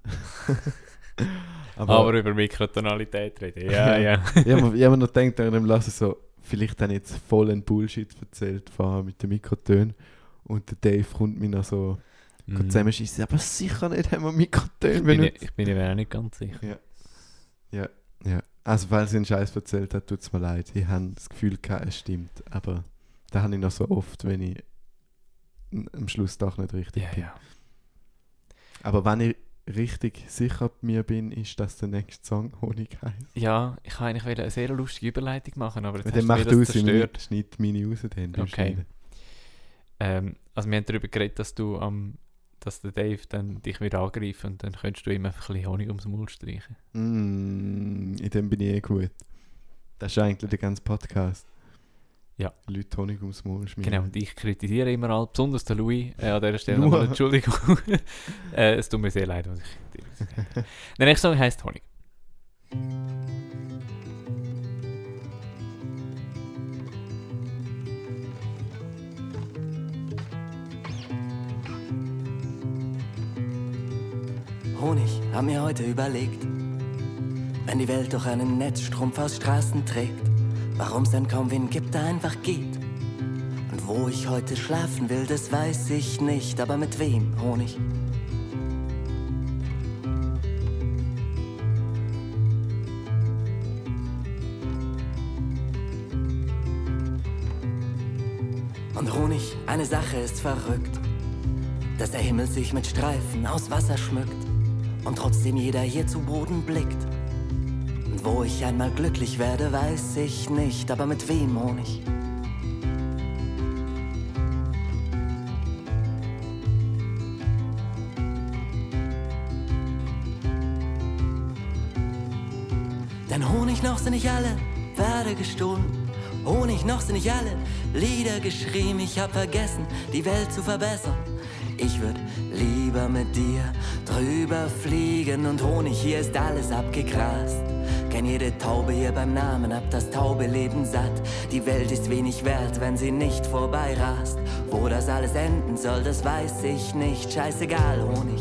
Aber über Mikrotonalität reden, ja. Ich habe mir noch gedacht, während dem Lassen so, vielleicht habe ich jetzt voll einen Bullshit erzählt mit den Mikrotönen und der Dave kommt mir noch so zusammenschießen, aber sicher nicht haben wir Mikrotöne benutzt. Ich bin mir auch nicht ganz sicher. Ja. Also, weil sie einen Scheiß erzählt hat, tut es mir leid. Ich habe das Gefühl gehabt, es stimmt. Aber das habe ich noch so oft, wenn ich am Schluss doch nicht richtig bin. Ja. Aber wenn ich richtig sicher bei mir bin, ist, dass der nächste Song Honig heisst. Ja, ich wollte eigentlich eine sehr lustige Überleitung machen, aber jetzt Dann hast mach du du mir es, das zerstört. schneid meine raus. Dann, du Okay. schneiden. Also wir haben darüber geredet, dass der Dave dann dich wieder angreifen und dann könntest du ihm einfach ein bisschen Honig ums Maul streichen. In dem bin ich gut. Das ist eigentlich der ganze Podcast. Ja. Leute Honig ums Maul schmieren. Genau, und ich kritisiere immer alle, besonders den Louis, an dieser Stelle Nur. nochmal Entschuldigung. Es tut mir sehr leid, was ich dir gesagt habe. Der nächste Song heisst Honig. Honig, hab mir heute überlegt, wenn die Welt durch einen Netzstrumpf aus Straßen trägt, warum's dann kaum wen gibt, der einfach geht. Und wo ich heute schlafen will, das weiß ich nicht, aber mit wem, Honig? Und Honig, eine Sache ist verrückt, dass der Himmel sich mit Streifen aus Wasser schmückt und trotzdem jeder hier zu Boden blickt. Und wo ich einmal glücklich werde, weiß ich nicht, aber mit wem, Honig? Denn Honig noch sind nicht alle Pferde gestohlen, Honig noch sind nicht alle Lieder geschrieben, ich hab vergessen, die Welt zu verbessern. Ich würd lieber mit dir drüber fliegen und Honig, hier ist alles abgegrast. Kenn jede Taube hier beim Namen, hab das taube Leben satt. Die Welt ist wenig wert, wenn sie nicht vorbeirast. Wo das alles enden soll, das weiß ich nicht. Scheißegal, Honig.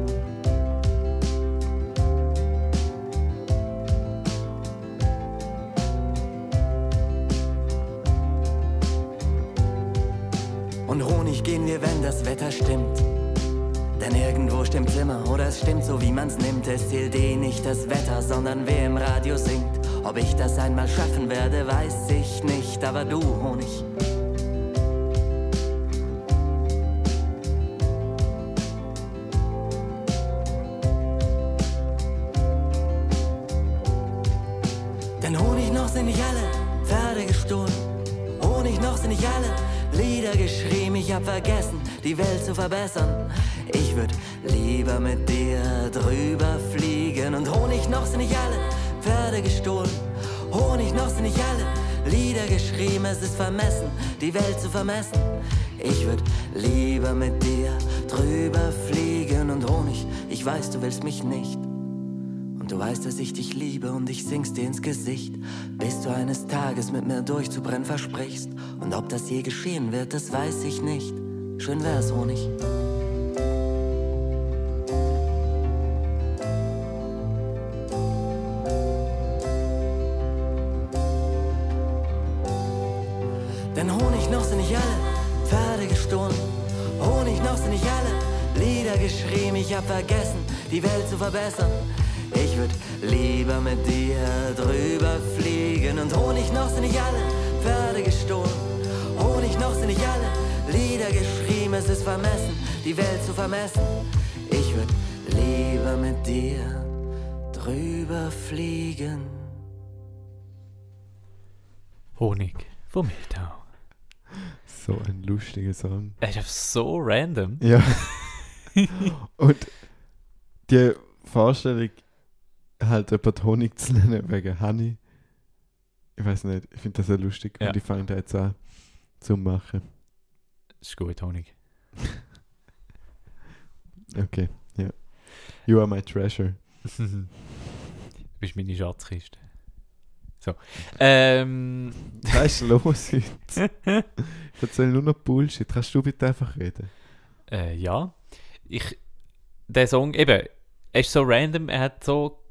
Und Honig gehen wir, wenn das Wetter stimmt. Denn irgendwo stimmt's immer, oder es stimmt so, wie man's nimmt. Es zählt nicht das Wetter, sondern wer im Radio singt. Ob ich das einmal schaffen werde, weiß ich nicht, aber du, Honig. Denn Honig noch sind nicht alle Pferde gestohlen. Honig noch sind nicht alle Lieder geschrieben, ich hab vergessen, die Welt zu verbessern. Ich würd lieber mit dir drüber fliegen. Und Honig noch sind nicht alle Pferde gestohlen. Honig noch sind nicht alle Lieder geschrieben, es ist vermessen, die Welt zu vermessen. Ich würd lieber mit dir drüber fliegen. Und Honig, ich weiß, du willst mich nicht. Und du weißt, dass ich dich liebe und ich sing's dir ins Gesicht, bis du eines Tages mit mir durchzubrennen versprichst. Und ob das je geschehen wird, das weiß ich nicht. Schön wär's, Honig. Denn Honig noch sind nicht alle Pferde gestohlen. Honig noch sind nicht alle Lieder geschrieben, ich hab vergessen, die Welt zu verbessern. Ich würd lieber mit dir drüber fliegen. Und Honig noch sind nicht alle Pferde gestohlen. Honig noch sind nicht alle Lieder geschrieben, es ist vermessen, die Welt zu vermessen. Ich würd lieber mit dir drüber fliegen. Honig von Mildau. So ein lustiger Song. Er ist einfach so random. Ja. Und die Vorstellung, halt jemand Honig zu nennen wegen Honey, ich weiß nicht, ich finde das sehr lustig. Ja. Und ich fange da jetzt an zu machen. Ist gut, Honig. Okay, ja. You are my treasure. Du bist meine Schatzkiste. So. Was ist los heute? Ich erzähle nur noch Bullshit. Kannst du bitte einfach reden? Ja. Der Song, eben, er ist so random, er hat so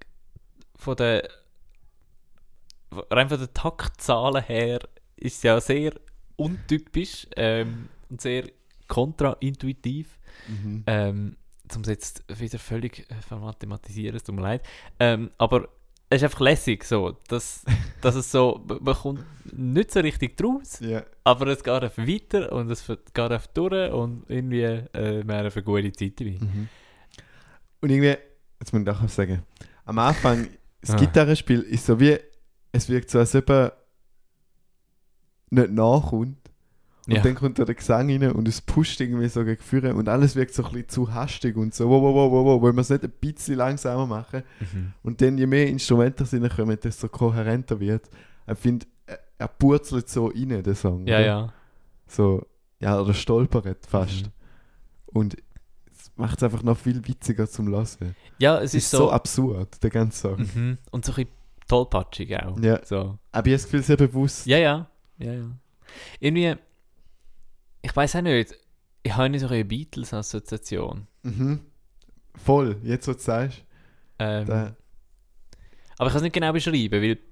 rein von den Taktzahlen her ist es ja sehr untypisch und sehr kontraintuitiv. Um es jetzt wieder völlig vermathematisieren, es tut mir leid. Aber es ist einfach lässig so, dass es so, man kommt nicht so richtig draus, Ja. aber es geht einfach weiter und es geht einfach durch und irgendwie wäre eine gute Zeit dabei. Und irgendwie, jetzt muss ich auch sagen, am Anfang, das Gitarrenspiel ist so wie, es wirkt so, als ob er nicht nachkommt. Und dann kommt da der Gesang rein und es pusht irgendwie so gegen vorne und alles wirkt so ein bisschen zu hastig und so, wow, wollen wir es nicht ein bisschen langsamer machen. Und dann, je mehr Instrumente reinkommen, desto kohärenter wird. Ich finde, er purzelt so rein, der Song. Ja, oder? ja. So, ja, oder stolpert fast. Und es macht es einfach noch viel witziger zum Hören. Ja, es ist so absurd, der ganze Song. Und so ein bisschen tollpatschig auch. Ja. So. Aber ich habe das Gefühl, sehr bewusst. Ja. Irgendwie, ich weiß auch nicht, ich habe nicht so eine Beatles-Assoziation. Voll, jetzt wo du sagst. Aber ich kann es nicht genau beschreiben, weil...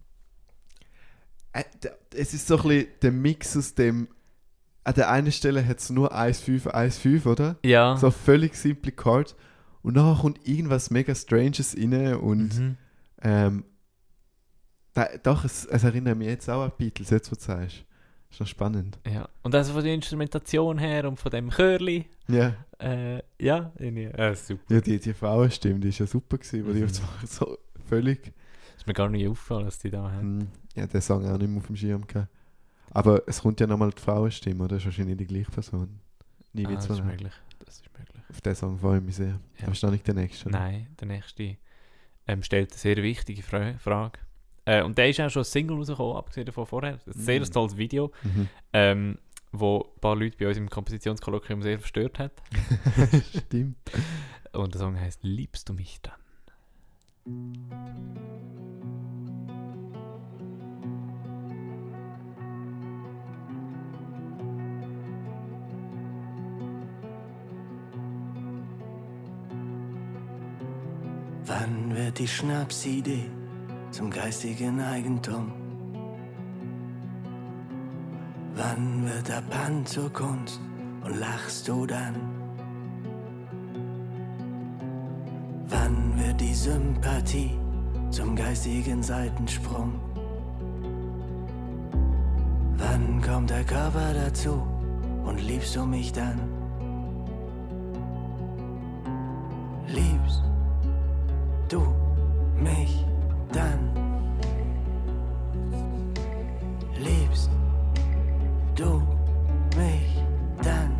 Es ist so ein bisschen der Mix aus dem... An der einen Stelle hat es nur 1-5, oder? Ja. So völlig simple Chords. Und nachher kommt irgendwas mega Stranges rein und... Doch, es erinnert mich jetzt auch an Beatles, jetzt wo du sagst. Ist noch spannend. Ja. Und also von der Instrumentation her und von dem Chörli. Ja. Ja, irgendwie. Super. Ja, die Frauenstimme, die war ja super gewesen, weil die so völlig... Ist mir gar nicht aufgefallen, dass die da haben. Ja, den Song auch nicht mehr auf dem Schirm gehabt. Aber es kommt ja nochmal die Frauenstimme, oder? Das ist wahrscheinlich die gleiche Person. Das ist möglich. Auf den Song freue ich mich sehr. Ja. Aber ist noch nicht der nächste? Oder? Nein, der nächste stellt eine sehr wichtige Frage. Und der ist auch schon als Single rausgekommen, abgesehen davon vorher. Das ist ein sehr tolles Video, wo ein paar Leute bei uns im Kompositionskolloquium sehr verstört hat. Stimmt. Und der Song heisst «Liebst du mich dann?» Wann wird die Schnapsidee zum geistigen Eigentum? Wann wird der Pan zur Kunst und lachst du dann? Wann wird die Sympathie zum geistigen Seitensprung? Wann kommt der Körper dazu und liebst du mich dann? Liebst du mich dann? Liebst du mich dann?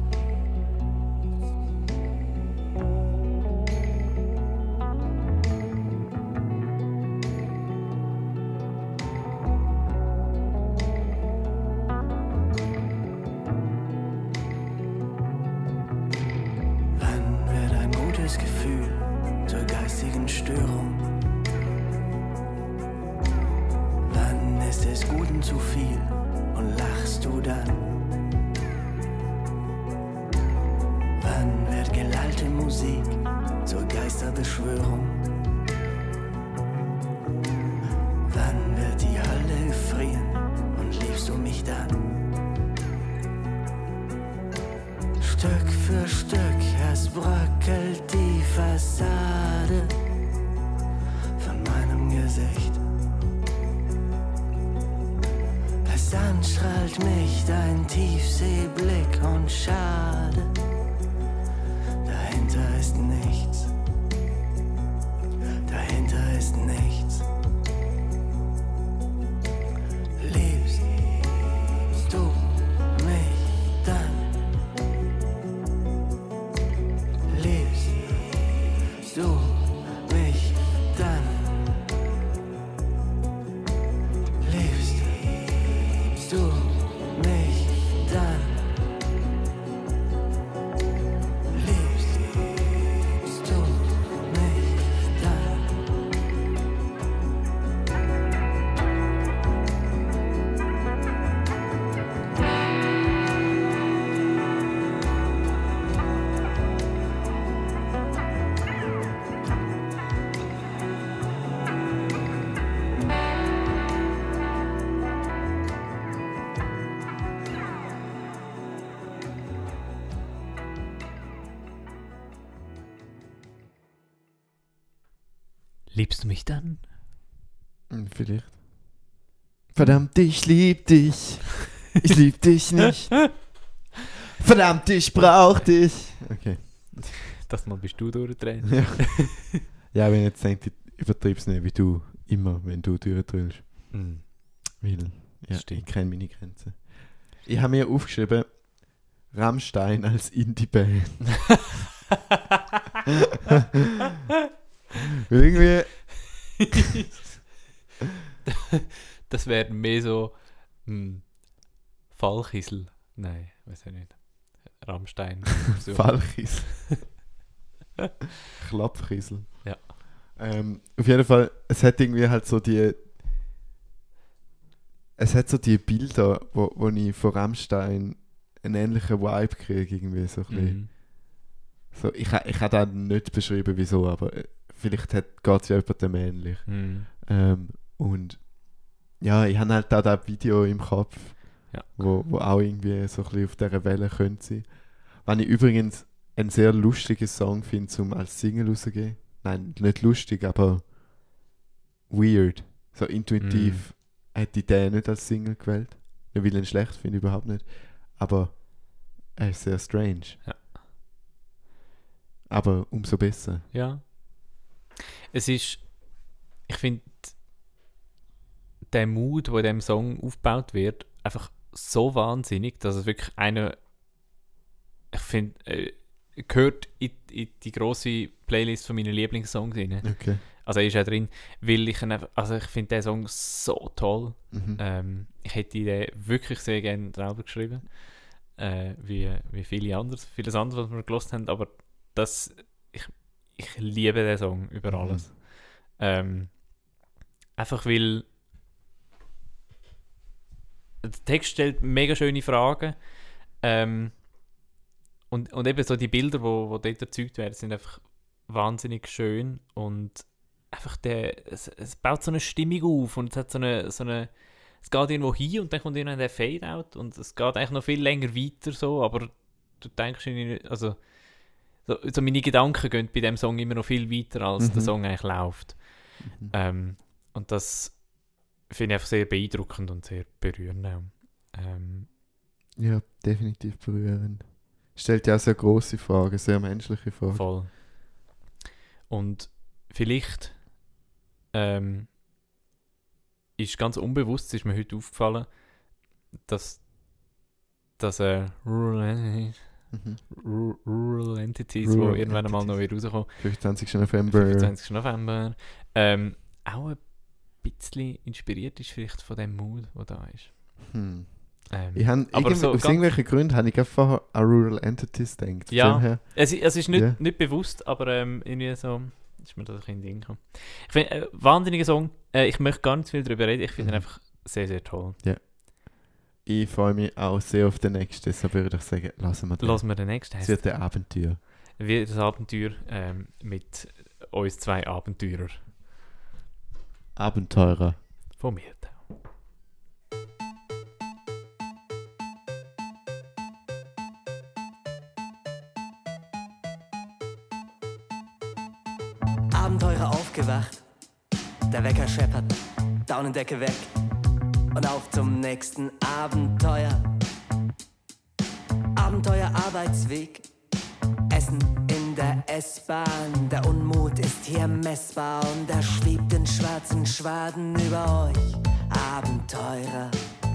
Wann wird ein gutes Gefühl zur geistigen Störung? Wann ist es Guten zu viel und lachst du dann? Wann wird gelallte Musik zur Geisterbeschwörung? Wann wird die Hölle frieren und liebst du mich dann? Stück für Stück, es bröckelt die Fassade von meinem Gesicht. Es anstrahlt mich dein Tiefseeblick und schade, dahinter ist nichts. Dahinter ist nichts. Liebst du mich dann? Vielleicht. Verdammt, ich lieb dich. Ich lieb dich nicht. Verdammt, ich brauch dich. Okay. Das Mal bist du durchgedreht. Ja, ja, wenn ich jetzt denke, ich übertreib's nicht wie du. Immer, wenn du durchdrehst. Mhm. Weil, ja, Stimmt. ich kenne meine Grenzen. Ich habe mir aufgeschrieben, Rammstein als Indie-Band. Irgendwie... Das wäre mehr so Fallkiesel. Nein, weiß ich nicht. Rammstein. So. Fallkiesel. Klappkiesel. Ja. Auf jeden Fall, es hat irgendwie halt so die... Es hat so die Bilder, wo ich von Rammstein einen ähnlichen Vibe kriege, irgendwie so ein bisschen. Mhm. So, ich kann da nicht beschreiben, wieso, aber vielleicht geht es ja jemandem ähnlich. Mhm. Und ja, ich habe halt da das Video im Kopf, Ja. wo auch irgendwie so ein bisschen auf dieser Welle könnte sein. Was ich übrigens einen sehr lustigen Song finde, um als Single rauszugehen. Nein, nicht lustig, aber weird. So intuitiv hätte ich den nicht als Single gewählt. Nicht, weil ich ihn schlecht finde, überhaupt nicht. Aber er ist sehr strange. Ja. Aber umso besser. Ja. Es ist, ich finde, der Mood, der in diesem Song aufgebaut wird, einfach so wahnsinnig, dass es wirklich ich finde, gehört in die grosse Playlist von meinen Lieblingssongs rein. Okay. Also er ist auch drin, weil ich ich finde den Song so toll. Mhm. Ich hätte den wirklich sehr gerne selber geschrieben. Wie vieles anderes, was wir gehört haben, aber ich liebe den Song über alles. Einfach weil der Text stellt mega schöne Fragen und eben so die Bilder, die dort erzeugt werden, sind einfach wahnsinnig schön und einfach es baut so eine Stimmung auf und es hat so eine es geht irgendwo hin und dann kommt irgendwann der Fade-Out und es geht eigentlich noch viel länger weiter so, aber du denkst irgendwie, also so meine Gedanken gehen bei dem Song immer noch viel weiter, als der Song eigentlich läuft. Und das finde ich einfach sehr beeindruckend und sehr berührend auch. Ja, definitiv berührend. Stellt ja auch sehr grosse Fragen, sehr menschliche Fragen. Voll. Und vielleicht ist ganz unbewusst, ist mir heute aufgefallen, dass Rural Entities, die Rural irgendwann einmal noch Entities. rauskommen, 25. November. 25. November, auch ein bisschen inspiriert ist vielleicht von dem Mood, der da ist. Ich habe aber so aus irgendwelchen Gründen habe ich gerade vorher an Rural Entities gedacht. Von Ja. dem her. Es ist nicht, Ja. nicht bewusst, aber irgendwie so ist mir das ein bisschen in den Sinn gekommen. Ich finde, wahnsinniger Song. Ich möchte gar nicht viel darüber reden. Ich finde ihn einfach sehr, sehr toll. Ich freue mich auch sehr auf den nächsten, deshalb würde ich sagen, lassen wir den. Lassen wir den nächsten. Es wird ein Abenteuer. Wie das Abenteuer mit uns zwei Abenteurern Abenteurer. von mir. Abenteurer aufgewacht, der Wecker scheppert, Daunendecke weg und auf zum nächsten Abenteuer. Abenteuer Arbeitsweg, Essen in der S-Bahn, der Unmut ist hier messbar und er schwebt in schwarzen Schwaden über euch. Abenteurer.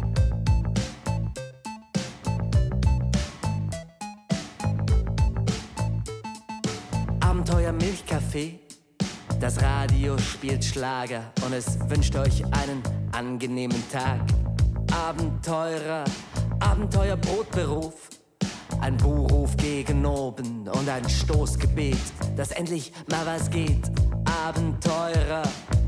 Abenteuer Milchkaffee, das Radio spielt Schlager und es wünscht euch einen angenehmen Tag. Abenteurer, Abenteuer Brotberuf, ein Buhruf gegen oben und ein Stoßgebet, dass endlich mal was geht. Abenteurer.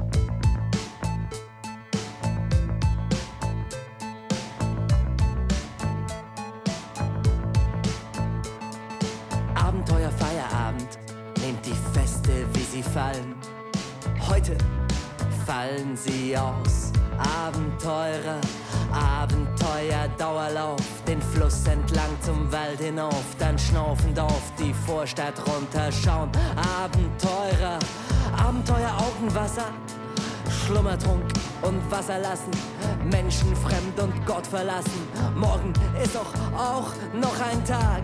Abenteuer Feierabend, nehmt die Feste, wie sie fallen. Heute fallen sie aus. Abenteurer, Abenteuer Dauerlauf, den Fluss entlang zum Wald hinauf, dann schnaufend auf die Vorstadt runterschauen. Abenteurer, Abenteuer Augen Wasser, Schlummertrunk und Wasser lassen, menschenfremd und Gott verlassen. Morgen ist doch auch noch ein Tag.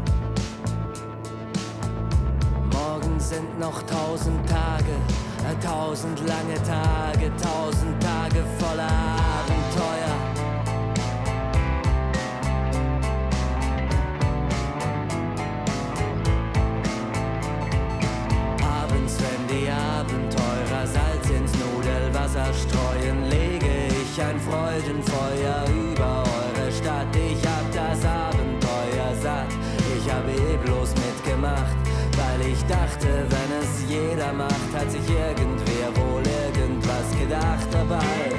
Morgen sind noch 1000 Tage, 1000 lange Tage, 1000 Tage voller Abenteuer. Abends, wenn die Abenteurer Salz ins Nudelwasser streuen, lege ich ein Freudenfeuer über eure Stadt. Ich hab das Abenteuer satt, ich hab bloß mitgemacht, weil ich dachte, wenn es jeder macht, hat sich irgendwer wohl irgendwas gedacht dabei.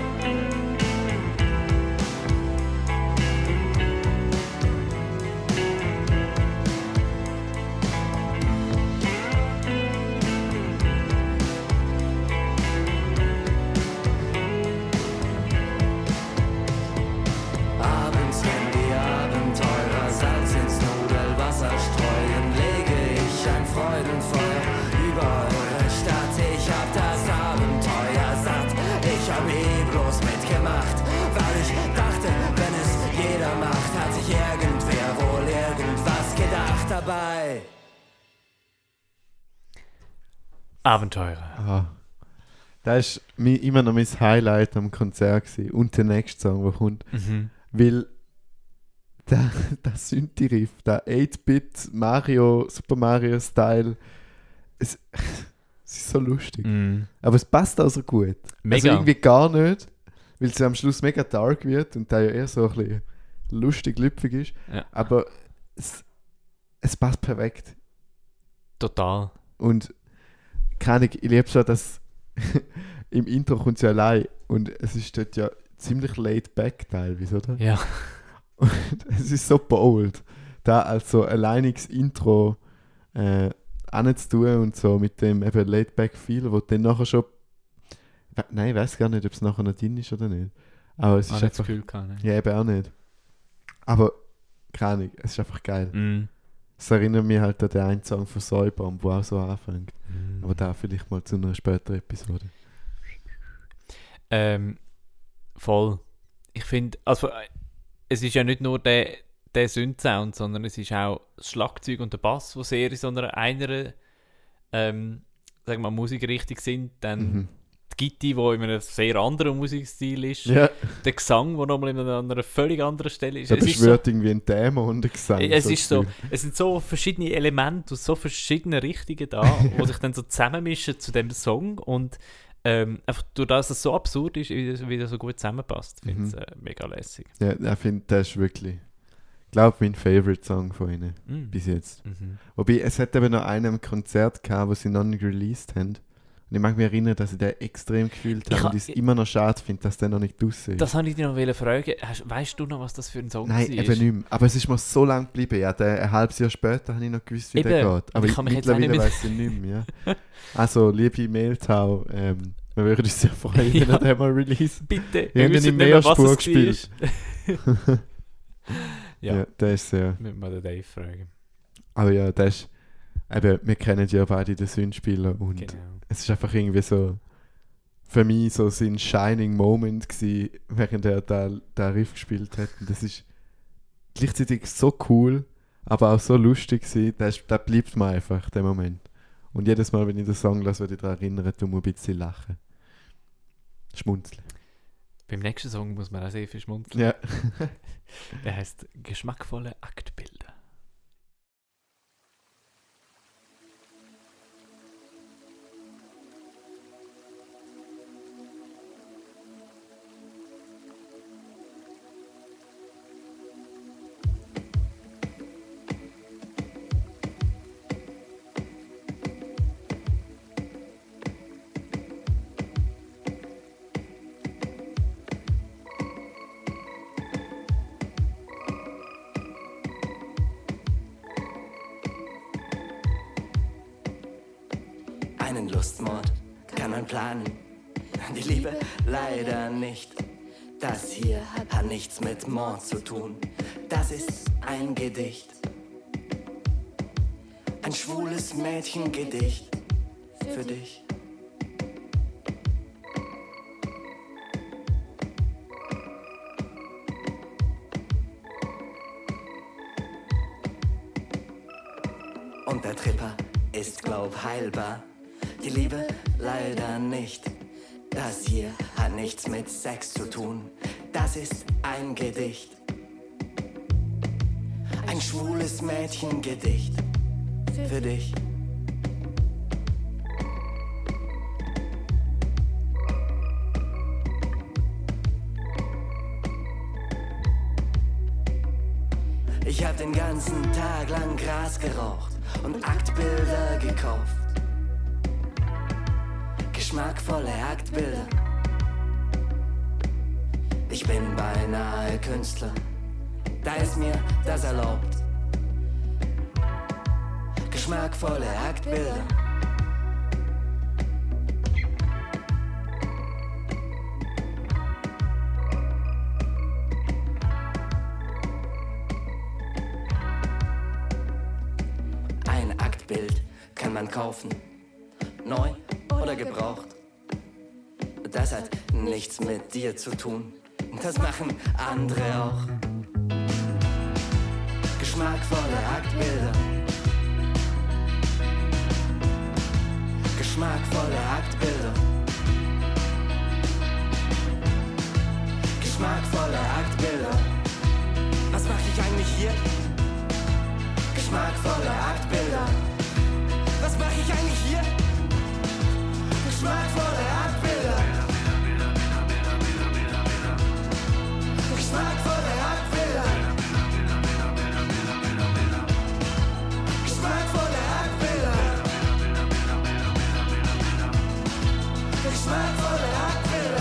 Abends, wenn die Abenteurer Salz ins Nudelwasser streuen, lege ich ein Freudenfeuer über eure Stadt. Ich hab das Abenteuer satt, ich hab bloß mitgemacht, weil ich dachte, wenn es jeder macht, hat sich irgendwer wohl irgendwas gedacht dabei. Abenteurer. Ah. Das war immer noch mein Highlight am Konzert gewesen. Und der nächste Song, der kommt. Weil der Synthi-Riff, der 8-Bit Super Mario-Style, es ist so lustig. Aber es passt auch so gut. Mega. Also irgendwie gar nicht, weil es am Schluss mega dark wird und der ja eher so ein bisschen lustig, lüpfig ist. Ja. Aber es passt perfekt. Total. Und keine Ahnung, ich liebe schon, dass im Intro kommt sie allein und es ist dort ja ziemlich laid back teilweise, oder? Ja. Und es ist so bold, da als so alleiniges Intro anzutun und so mit dem eben laid back Feel, wo dann nachher schon, nein, ich weiß gar nicht, ob es nachher noch drin ist oder nicht. Aber es ist das einfach, Gefühl kann, ja, eben auch nicht. Aber keine Ahnung, es ist einfach geil. Es erinnert mich halt an den einen Song von Säubam, der auch so anfängt. Aber da vielleicht mal zu einer späteren Episode. Voll. Ich finde, also es ist ja nicht nur der Synth-Sound, sondern es ist auch das Schlagzeug und der Bass, die sehr in so einer sagen wir mal, Musikrichtung sind. Dann die Gitti, die in einem sehr anderen Musikstil ist. Ja. Der Gesang, der nochmal an einer völlig anderen Stelle ist. Da Es ist beschwört irgendwie ein Dämon und ein Gesang. Es ist so, es sind so verschiedene Elemente aus so verschiedenen Richtungen da, die sich dann so zusammenmischen zu dem Song und einfach durch das es so absurd ist, wie das so gut zusammenpasst. Ich finde es mega lässig. Ja, ich finde, das ist wirklich, ich glaube, mein Favorite-Song von ihnen bis jetzt. Wobei, es hat eben noch einen im Konzert gehabt, wo sie noch nicht released haben. Und ich mag mich erinnern, dass ich den extrem gefühlt habe und ich es immer noch schade finde, dass der noch nicht draussen ist. Das wollte ich dich noch fragen. Weißt du noch, was das für ein Song Nein, war? eben nicht mehr. Aber es ist mir so lange geblieben. Ja, ein halbes Jahr später habe ich noch gewusst, wie der geht. Aber ich kann mich jetzt auch mittlerweile nicht weiss ich nicht mehr. Ja. Also, liebe Mehltau, wir würden uns sehr freuen, wenn ihr den mal release. Bitte, wir haben ihn in Mehrspur gespielt. Ja, der ist sehr... Müssen wir den Dave fragen. Aber ja, das ist... Eben, wir kennen ja beide den Synth-Spieler und Genau. es ist einfach irgendwie so... Für mich so sein Shining Moment gewesen, während er den Riff gespielt hat. Und das ist gleichzeitig so cool, aber auch so lustig gewesen. Das bleibt mir einfach, der Moment. Und jedes Mal, wenn ich den Song lasse, werde ich daran erinnern, du musst ein bisschen lachen. Schmunzeln. Beim nächsten Song muss man auch sehr viel schmunzeln. Ja. Der heißt Geschmackvolle Aktbilder. Einen Lustmord kann man planen, die Liebe leider nicht. Das hier hat nichts mit Mord zu tun, das ist ein Gedicht. Ein schwules Mädchengedicht für dich. und der Tripper ist glaub heilbar. Die Liebe leider nicht. Das hier hat nichts mit Sex zu tun. Das ist ein Gedicht. Ein schwules Mädchengedicht. Für dich. Ich hab den ganzen Tag lang Gras geraucht und Aktbilder gekauft. Geschmackvolle Aktbilder. Ich bin beinahe Künstler, da ist mir das erlaubt. Geschmackvolle Aktbilder. Ein Aktbild kann man kaufen, neu oder gebraucht. Das hat nichts mit dir zu tun, das machen andere auch. Geschmackvolle Aktbilder. Geschmackvolle Aktbilder. Geschmackvolle Aktbilder. Was mach ich eigentlich hier? Geschmackvolle Aktbilder. Was mach ich eigentlich hier? Geschmackvolle Aktbilder. Geschmackvolle Aktbilder. Geschmackvolle Aktbilder. Geschmackvolle Aktbilder.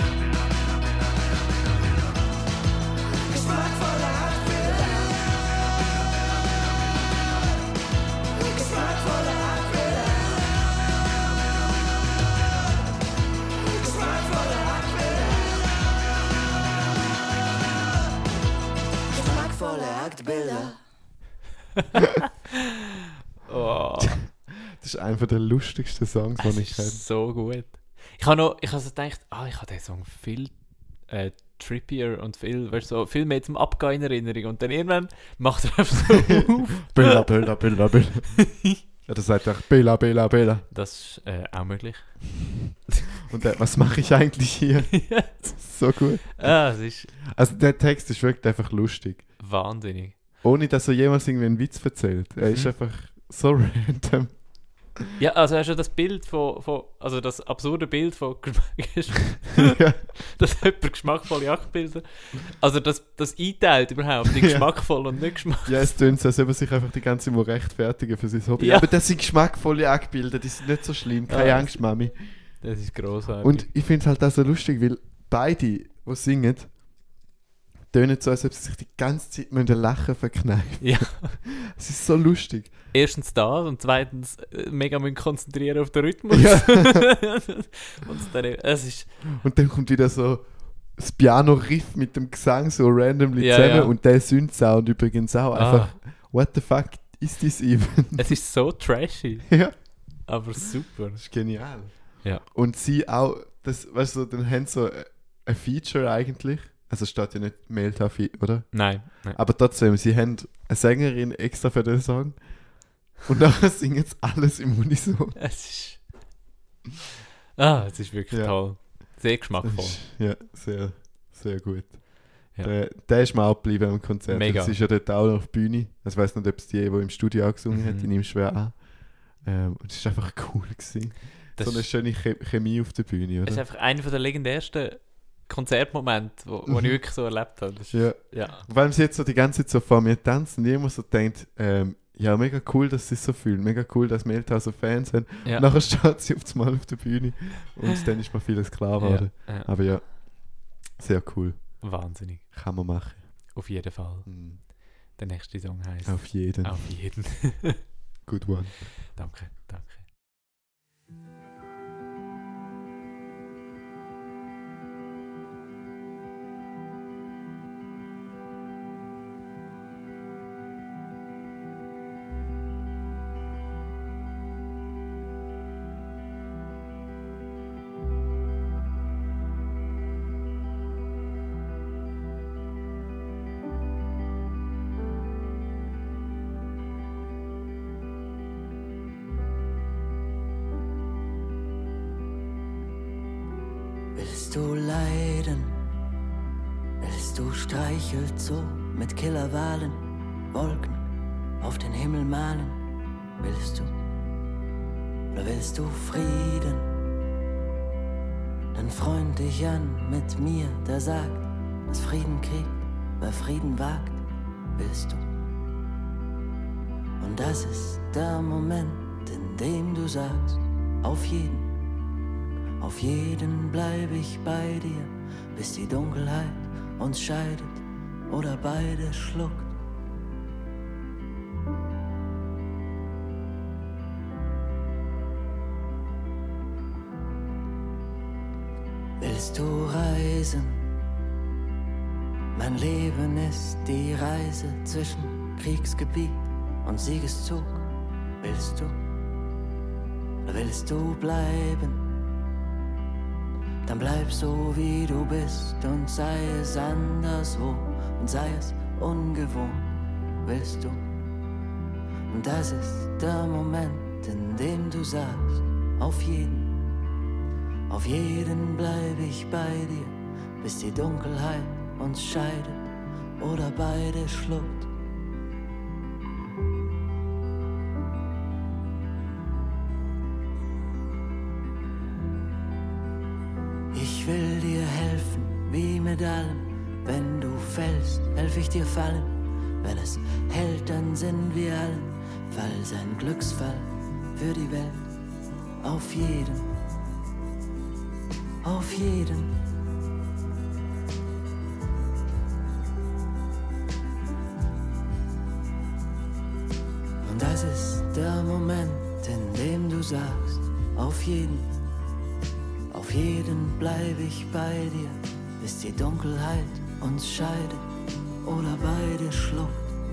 Geschmackvolle Aktbilder. Geschmackvolle Aktbilder. Geschmackvolle Aktbilder. Geschmackvolle Aktbilder. Oh, Das ist einer der lustigsten Songs, es die ich ist kenne. so gut. Ich habe so gedacht, ich habe den Song viel trippier und viel mehr zum Abgehen in Erinnerung. Und dann irgendwann macht er einfach so auf. Billa, Billa, Billa, Billa. Ja, das sagt auch Billa, Billa, Billa. Das ist auch möglich. Und was mache ich eigentlich hier? So gut. Es ist Also der Text ist wirklich einfach lustig. wahnsinnig. Ohne dass er jemals irgendwie einen Witz erzählt. Er ist einfach so random. Ja, also hast du das Bild also das absurde Bild von Ja. dass jemand geschmackvolle Aktbilder, also das einteilt überhaupt, in Ja. geschmackvoll und nicht geschmackvoll. Ja, es tönt so, als ob er sich einfach die ganze Zeit rechtfertigen für sein Hobby. Ja. Aber das sind geschmackvolle Aktbilder, die sind nicht so schlimm. Keine Ja, Angst, Mami. Das ist grossartig. Und ich finde es halt auch so lustig, weil beide, die singen, tönen so, als ob sie sich die ganze Zeit mit dem Lachen verkneifen. Ja. Es ist so lustig. Erstens das und zweitens mega müssen konzentrieren auf den Rhythmus. Ja. Und dann, es ist Und dann kommt wieder so das Piano-Riff mit dem Gesang so randomly Ja, zusammen ja. und der Synth-Sound übrigens auch. Einfach, what the fuck is this even? es ist so trashy, Ja, aber super. das ist genial. Ja. Und sie auch, das, weißt du, dann haben sie so ein Feature eigentlich. Also steht ja nicht Mehltafel, oder? Nein. Aber trotzdem, sie haben eine Sängerin extra für den Song. Und nachher singen sie alles im Unison. Es ist wirklich Ja. toll. Sehr geschmackvoll. Ja, sehr, sehr gut. Ja. Der ist mir auch geblieben am Konzert. Mega. Das ist ja dort auch auf der Bühne. Ich weiß nicht, ob es die im Studio auch gesungen hat. Mhm. Ich nehme es schwer an. Und es war einfach cool gewesen. Das So eine ist- schöne Chemie auf der Bühne, Es ist oder? einfach einer der legendärsten Konzertmomente, wo ich wirklich so erlebt habe. Das ist, Ja. ja. Vor allem sie jetzt so die ganze Zeit so vor mir tanzen und ich immer so denkt, ja, mega cool, dass sie es so fühlen. Mega cool, dass Mehltau so Fans haben. Ja. Nachher steht sie auf einmal auf der Bühne und dann ist mir vieles klar geworden. Ja. Aber ja, sehr cool. Wahnsinnig. Kann man machen. Auf jeden Fall. Mhm. Der nächste Song heißt Auf jeden. Auf jeden. Good one. Danke. Willst du leiden? Willst du streichelt so mit Killerwahlen, Wolken auf den Himmel malen? Willst du? Oder willst du Frieden? Dann freund dich an mit mir, der sagt, dass Frieden kriegt, wer Frieden wagt. Willst du? Und das ist der Moment, in dem du sagst, auf jeden bleib ich bei dir, bis die Dunkelheit uns scheidet oder beide schluckt. Willst du reisen? Mein Leben ist die Reise zwischen Kriegsgebiet und Siegeszug. Willst du? Oder willst du bleiben? Dann bleib so wie du bist und sei es anderswo und sei es ungewohnt. Willst du? Und das ist der Moment, in dem du sagst, auf jeden bleib ich bei dir, bis die Dunkelheit uns scheidet oder beide schluckt. Ich will dir helfen, wie mit allem. Wenn du fällst, helf ich dir fallen. Wenn es hält, dann sind wir allen Falls ein Glücksfall für die Welt. Auf jeden. Auf jeden. Und das ist der Moment, in dem du sagst, auf jeden bleib ich bei dir, bis die Dunkelheit uns scheidet oder beide schluckt.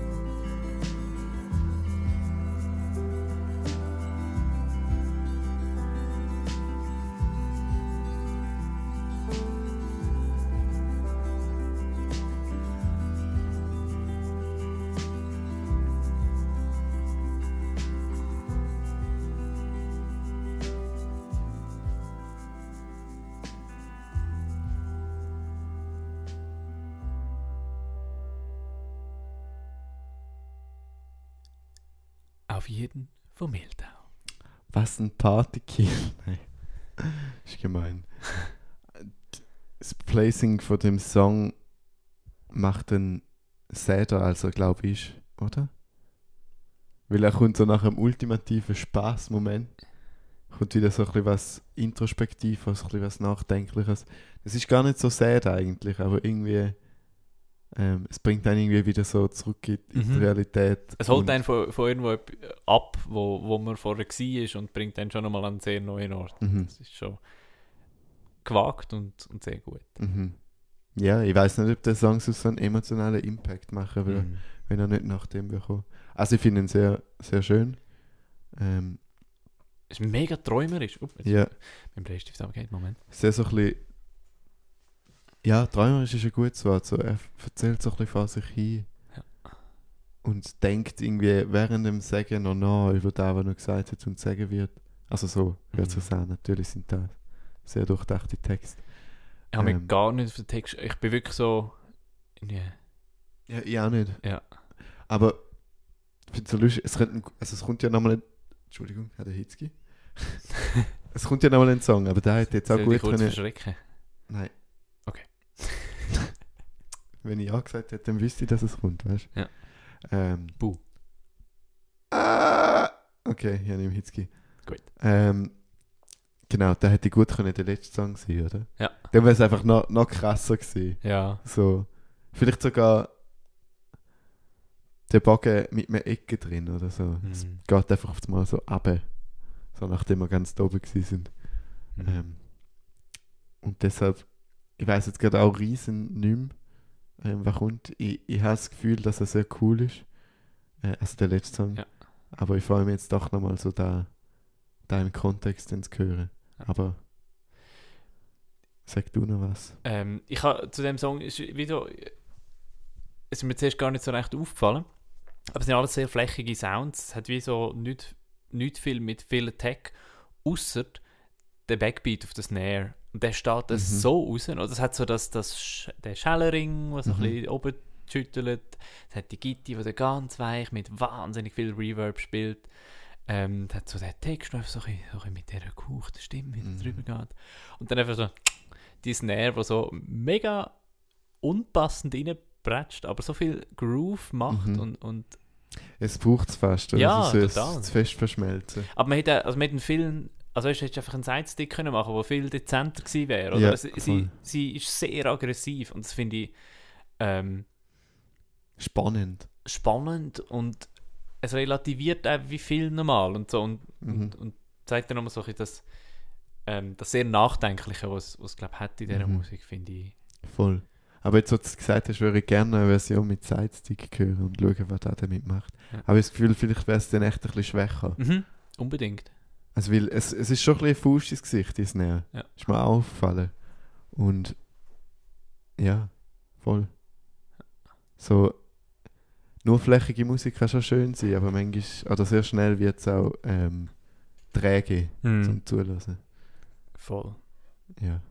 Auf jeden von Mildau. Was ein Partykill. Nein, ist gemein. Das Placing von dem Song macht den sadder, als er, glaube ich, oder? Weil er kommt so nach einem ultimativen Spaßmoment. Kommt wieder so ein bisschen was Introspektives, ein bisschen was Nachdenkliches. Es ist gar nicht so sad eigentlich, aber irgendwie es bringt einen irgendwie wieder so zurück in die Realität. Es holt einen von irgendwo ab, wo man vorher war und bringt einen schon nochmal an einen sehr neuen Ort. Das ist schon gewagt und sehr gut. Ja, ich weiß nicht, ob der Song so einen emotionalen Impact machen will, wenn er nicht nach dem bekommt. Also ich finde ihn sehr, sehr schön. Es ist mega träumerisch. Ja. Mein Bleistift abgeht, Moment. Sehr so ein bisschen... Ja, träumerisch ist ein gutes Wort. So, er erzählt so ein bisschen vor sich hin. Ja. Und denkt irgendwie während dem Sagen noch nach über das, was er gesagt hat und sagen wird. Also so, hört sich an. Natürlich sind das sehr durchdachte Texte. Ich habe mich gar nicht auf den Text... Ich bin wirklich so... Ja, ich auch nicht. Ja. Aber ich finde es so lustig, es kommt ja nochmal Entschuldigung, Herr der Hitzki. Es kommt ja nochmal ein Song, aber der hat jetzt auch gut kurz verschrecken? Nein. Okay. Wenn ich ja gesagt hätte, dann wüsste ich, dass es kommt, weißt du? Ja. Buh. Okay, ja, nimm Hitzki. Gut. Genau, der hätte gut können der letzte Song sein, oder? Ja. Dann wäre es einfach noch krasser gewesen. Ja. So, vielleicht sogar der Bogen mit einer Ecke drin oder so. Es geht einfach auf einmal so runter. So nachdem wir ganz da oben gewesen sind. Und deshalb, ich weiss jetzt gerade auch riesen nicht mehr, was kommt. Ich habe das Gefühl, dass er sehr cool ist. Also der letzte Song. Ja. Aber ich freue mich jetzt doch nochmal so da im Kontext zu hören. Ja. Aber sag du noch was. Ich habe zu dem Song, es ist mir zuerst gar nicht so recht aufgefallen, aber es sind alles sehr flächige Sounds. Es hat wie so nicht viel mit viel Tech, außer der Backbeat auf der Snare Und der steht das so raus. Oder? Es hat so der Schellering, der so ein bisschen oben schüttelt. Es hat die Gitti, die ganz weich mit wahnsinnig viel Reverb spielt. Es hat so den Text, der so ein bisschen mit dieser gehauchten Stimme wieder drüber geht. Und dann einfach so die Snare, die so mega unpassend reinbretscht, aber so viel Groove macht und es braucht es fast, oder? ja, also total. zu fest verschmelzen. Aber man hätte einen Film, also weißt, du hättest einfach einen Sidestick können machen, der viel dezenter gewesen wäre. Ja, sie ist sehr aggressiv und das finde ich spannend und es relativiert auch wie viel normal und so und zeigt dann nochmal so ein bisschen das sehr Nachdenkliche, was es glaube hat in dieser Musik, finde ich. Voll. Aber jetzt, was du gesagt hast, würde ich gerne eine Version mit Sidestick hören und schauen, was er damit macht. Ja. Aber ich habe das Gefühl, vielleicht wäre es dann echt ein bisschen schwächer. Unbedingt. Also, weil es ist schon ein bisschen Fuß ins Gesicht, die Snare. Ja. Ist mir auch aufgefallen. Und ja, voll. So, nur flächige Musik kann schon schön sein, aber manchmal, oder sehr schnell wird es auch träge zum Zulassen. Voll. Ja.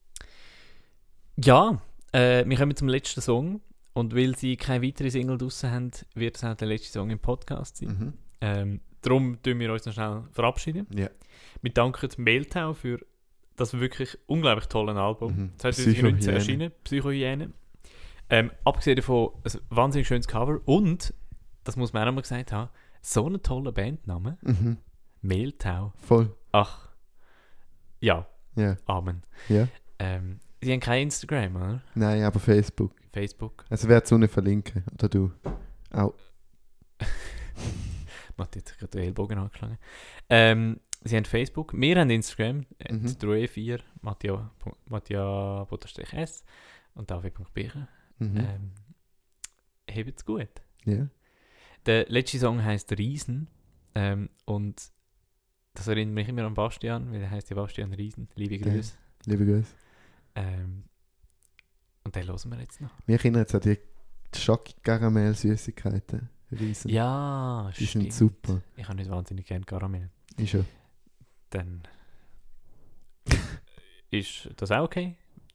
Ja, wir kommen zum letzten Song und weil sie keine weitere Single draussen haben, wird es auch der letzte Song im Podcast sein. Darum tun wir uns noch schnell verabschieden. Ja. Wir danken Mehltau für das wirklich unglaublich tolle Album. 2019 erschienen, Psychohyäne. Abgesehen davon ein wahnsinnig schönes Cover und, das muss man auch noch mal gesagt haben, so einen tollen Bandnamen. Mehltau. Voll. Ach. Ja. Ja. Amen. Ja. Sie haben kein Instagram, oder? Nein, aber Facebook. Facebook. Also wer es unten verlinken. Oder du. Auch. Man hat jetzt gerade den Ellbogen angeschlagen. Sie haben Facebook. Wir haben Instagram. @droe4 Mattia_s und David.Bircher. Habt's gut. Ja. Der letzte Song heisst Riesen. Und das erinnert mich immer an Bastian, weil er heisst ja Bastian Riesen. Liebe Grüße. Liebe Grüße. Und den hören wir jetzt noch. Wir erinnern jetzt an die Schock-Karamell-Süßigkeiten. Riesen. Ja, die stimmt. sind super. Ich habe nicht wahnsinnig gerne Karamell. Ich schon. Dann ist das auch okay.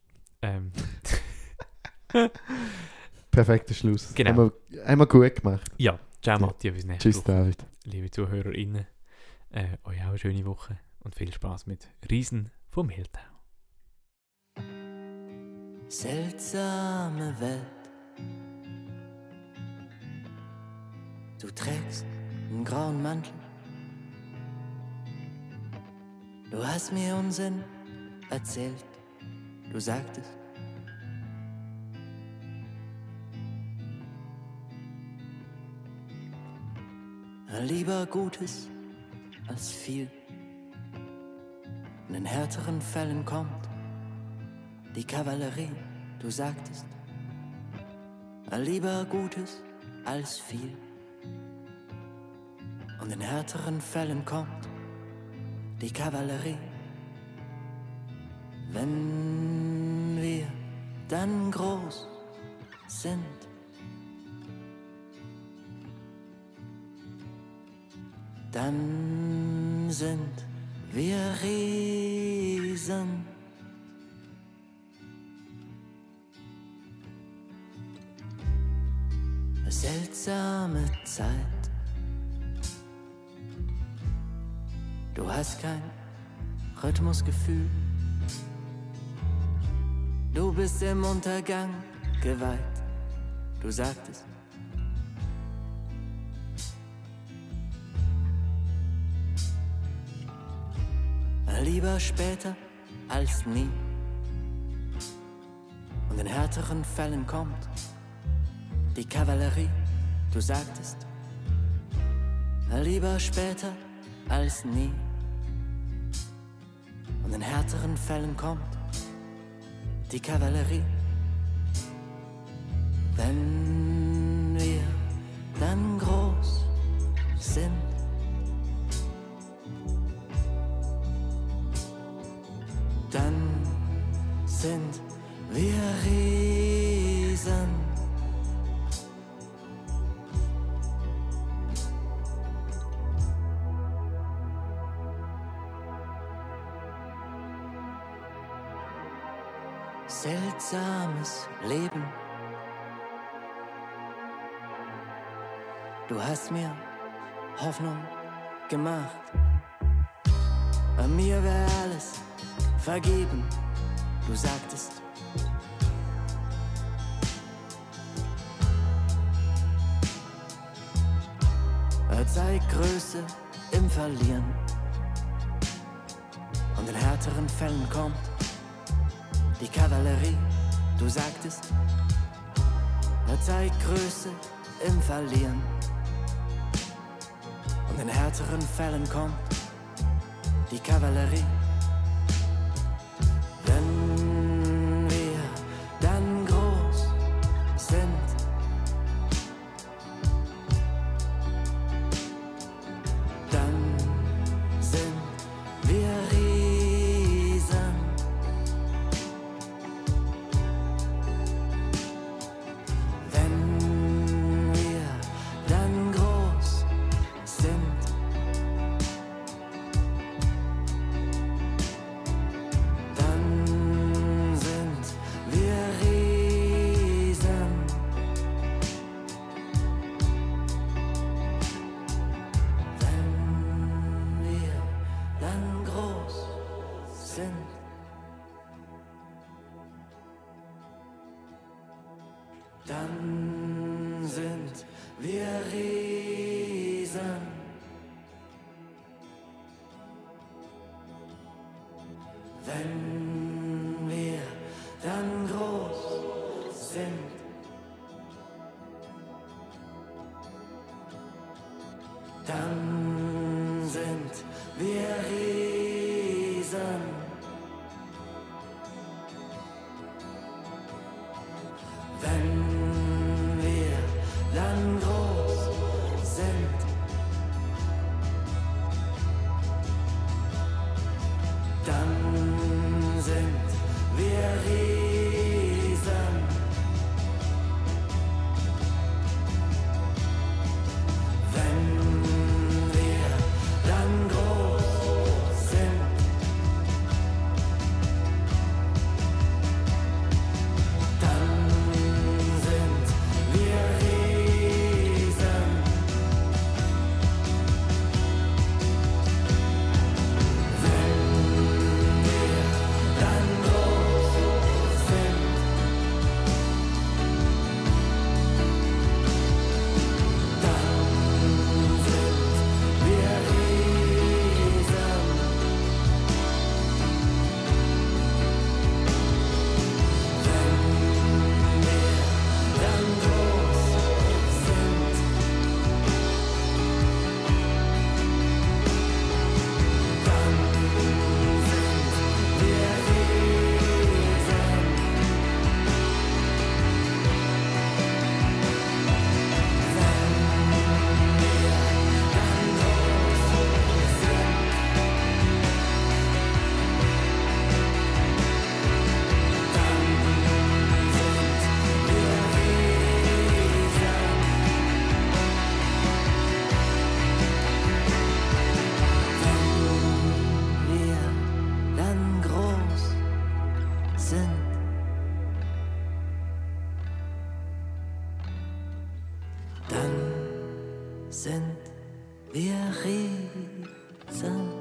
Perfekter Schluss. Genau. Haben wir gut gemacht. Ja, ciao Ja. Mattia, bis nächste Tschüss, Woche. David. Liebe ZuhörerInnen, euch auch eine schöne Woche und viel Spaß mit Riesen vom Mehltau. Seltsame Welt. Du trägst einen grauen Mantel. Du hast mir Unsinn erzählt. Du sagtest, lieber Gutes als viel. In den härteren Fällen kommt die Kavallerie. Du sagtest, lieber Gutes als viel. Und in härteren Fällen kommt die Kavallerie. Wenn wir dann groß sind, dann sind wir Riesen. Seltsame Zeit. Du hast kein Rhythmusgefühl. Du bist im Untergang geweiht. Du sagtest, lieber später als nie. Und in härteren Fällen kommt die Kavallerie. Du sagtest, lieber später als nie. Und in härteren Fällen kommt die Kavallerie. Wenn wir dann groß sind, dann sind wir Riesen. seltsames Leben. Du hast mir Hoffnung gemacht. An mir wär alles vergeben. Du sagtest, sei Größe im Verlieren. Und in härteren Fällen kommt die Kavallerie. Du sagtest, sei Größe im Verlieren. Und in härteren Fällen kommt die Kavallerie. Wenn wir dann groß sind, dann sind wir Riesen. Wenn wir dann groß sind, dann sind wir Riesen. Wenn wir dann groß sind, dann sind wir Riesen. Wenn wir dann groß sind, dann sind wir Riesen. Wenn wir dann groß sind, dann sind wir Riesen. Wenn wir dann groß sind, dann sind wir Riesen. Wenn wir dann groß sind, dann sind wir Riesen. Wenn wir dann groß sind, dann sind wir Riesen. Wenn wir dann groß sind, dann sind wir Riesen. Wenn wir dann groß sind, dann sind wir Riesen.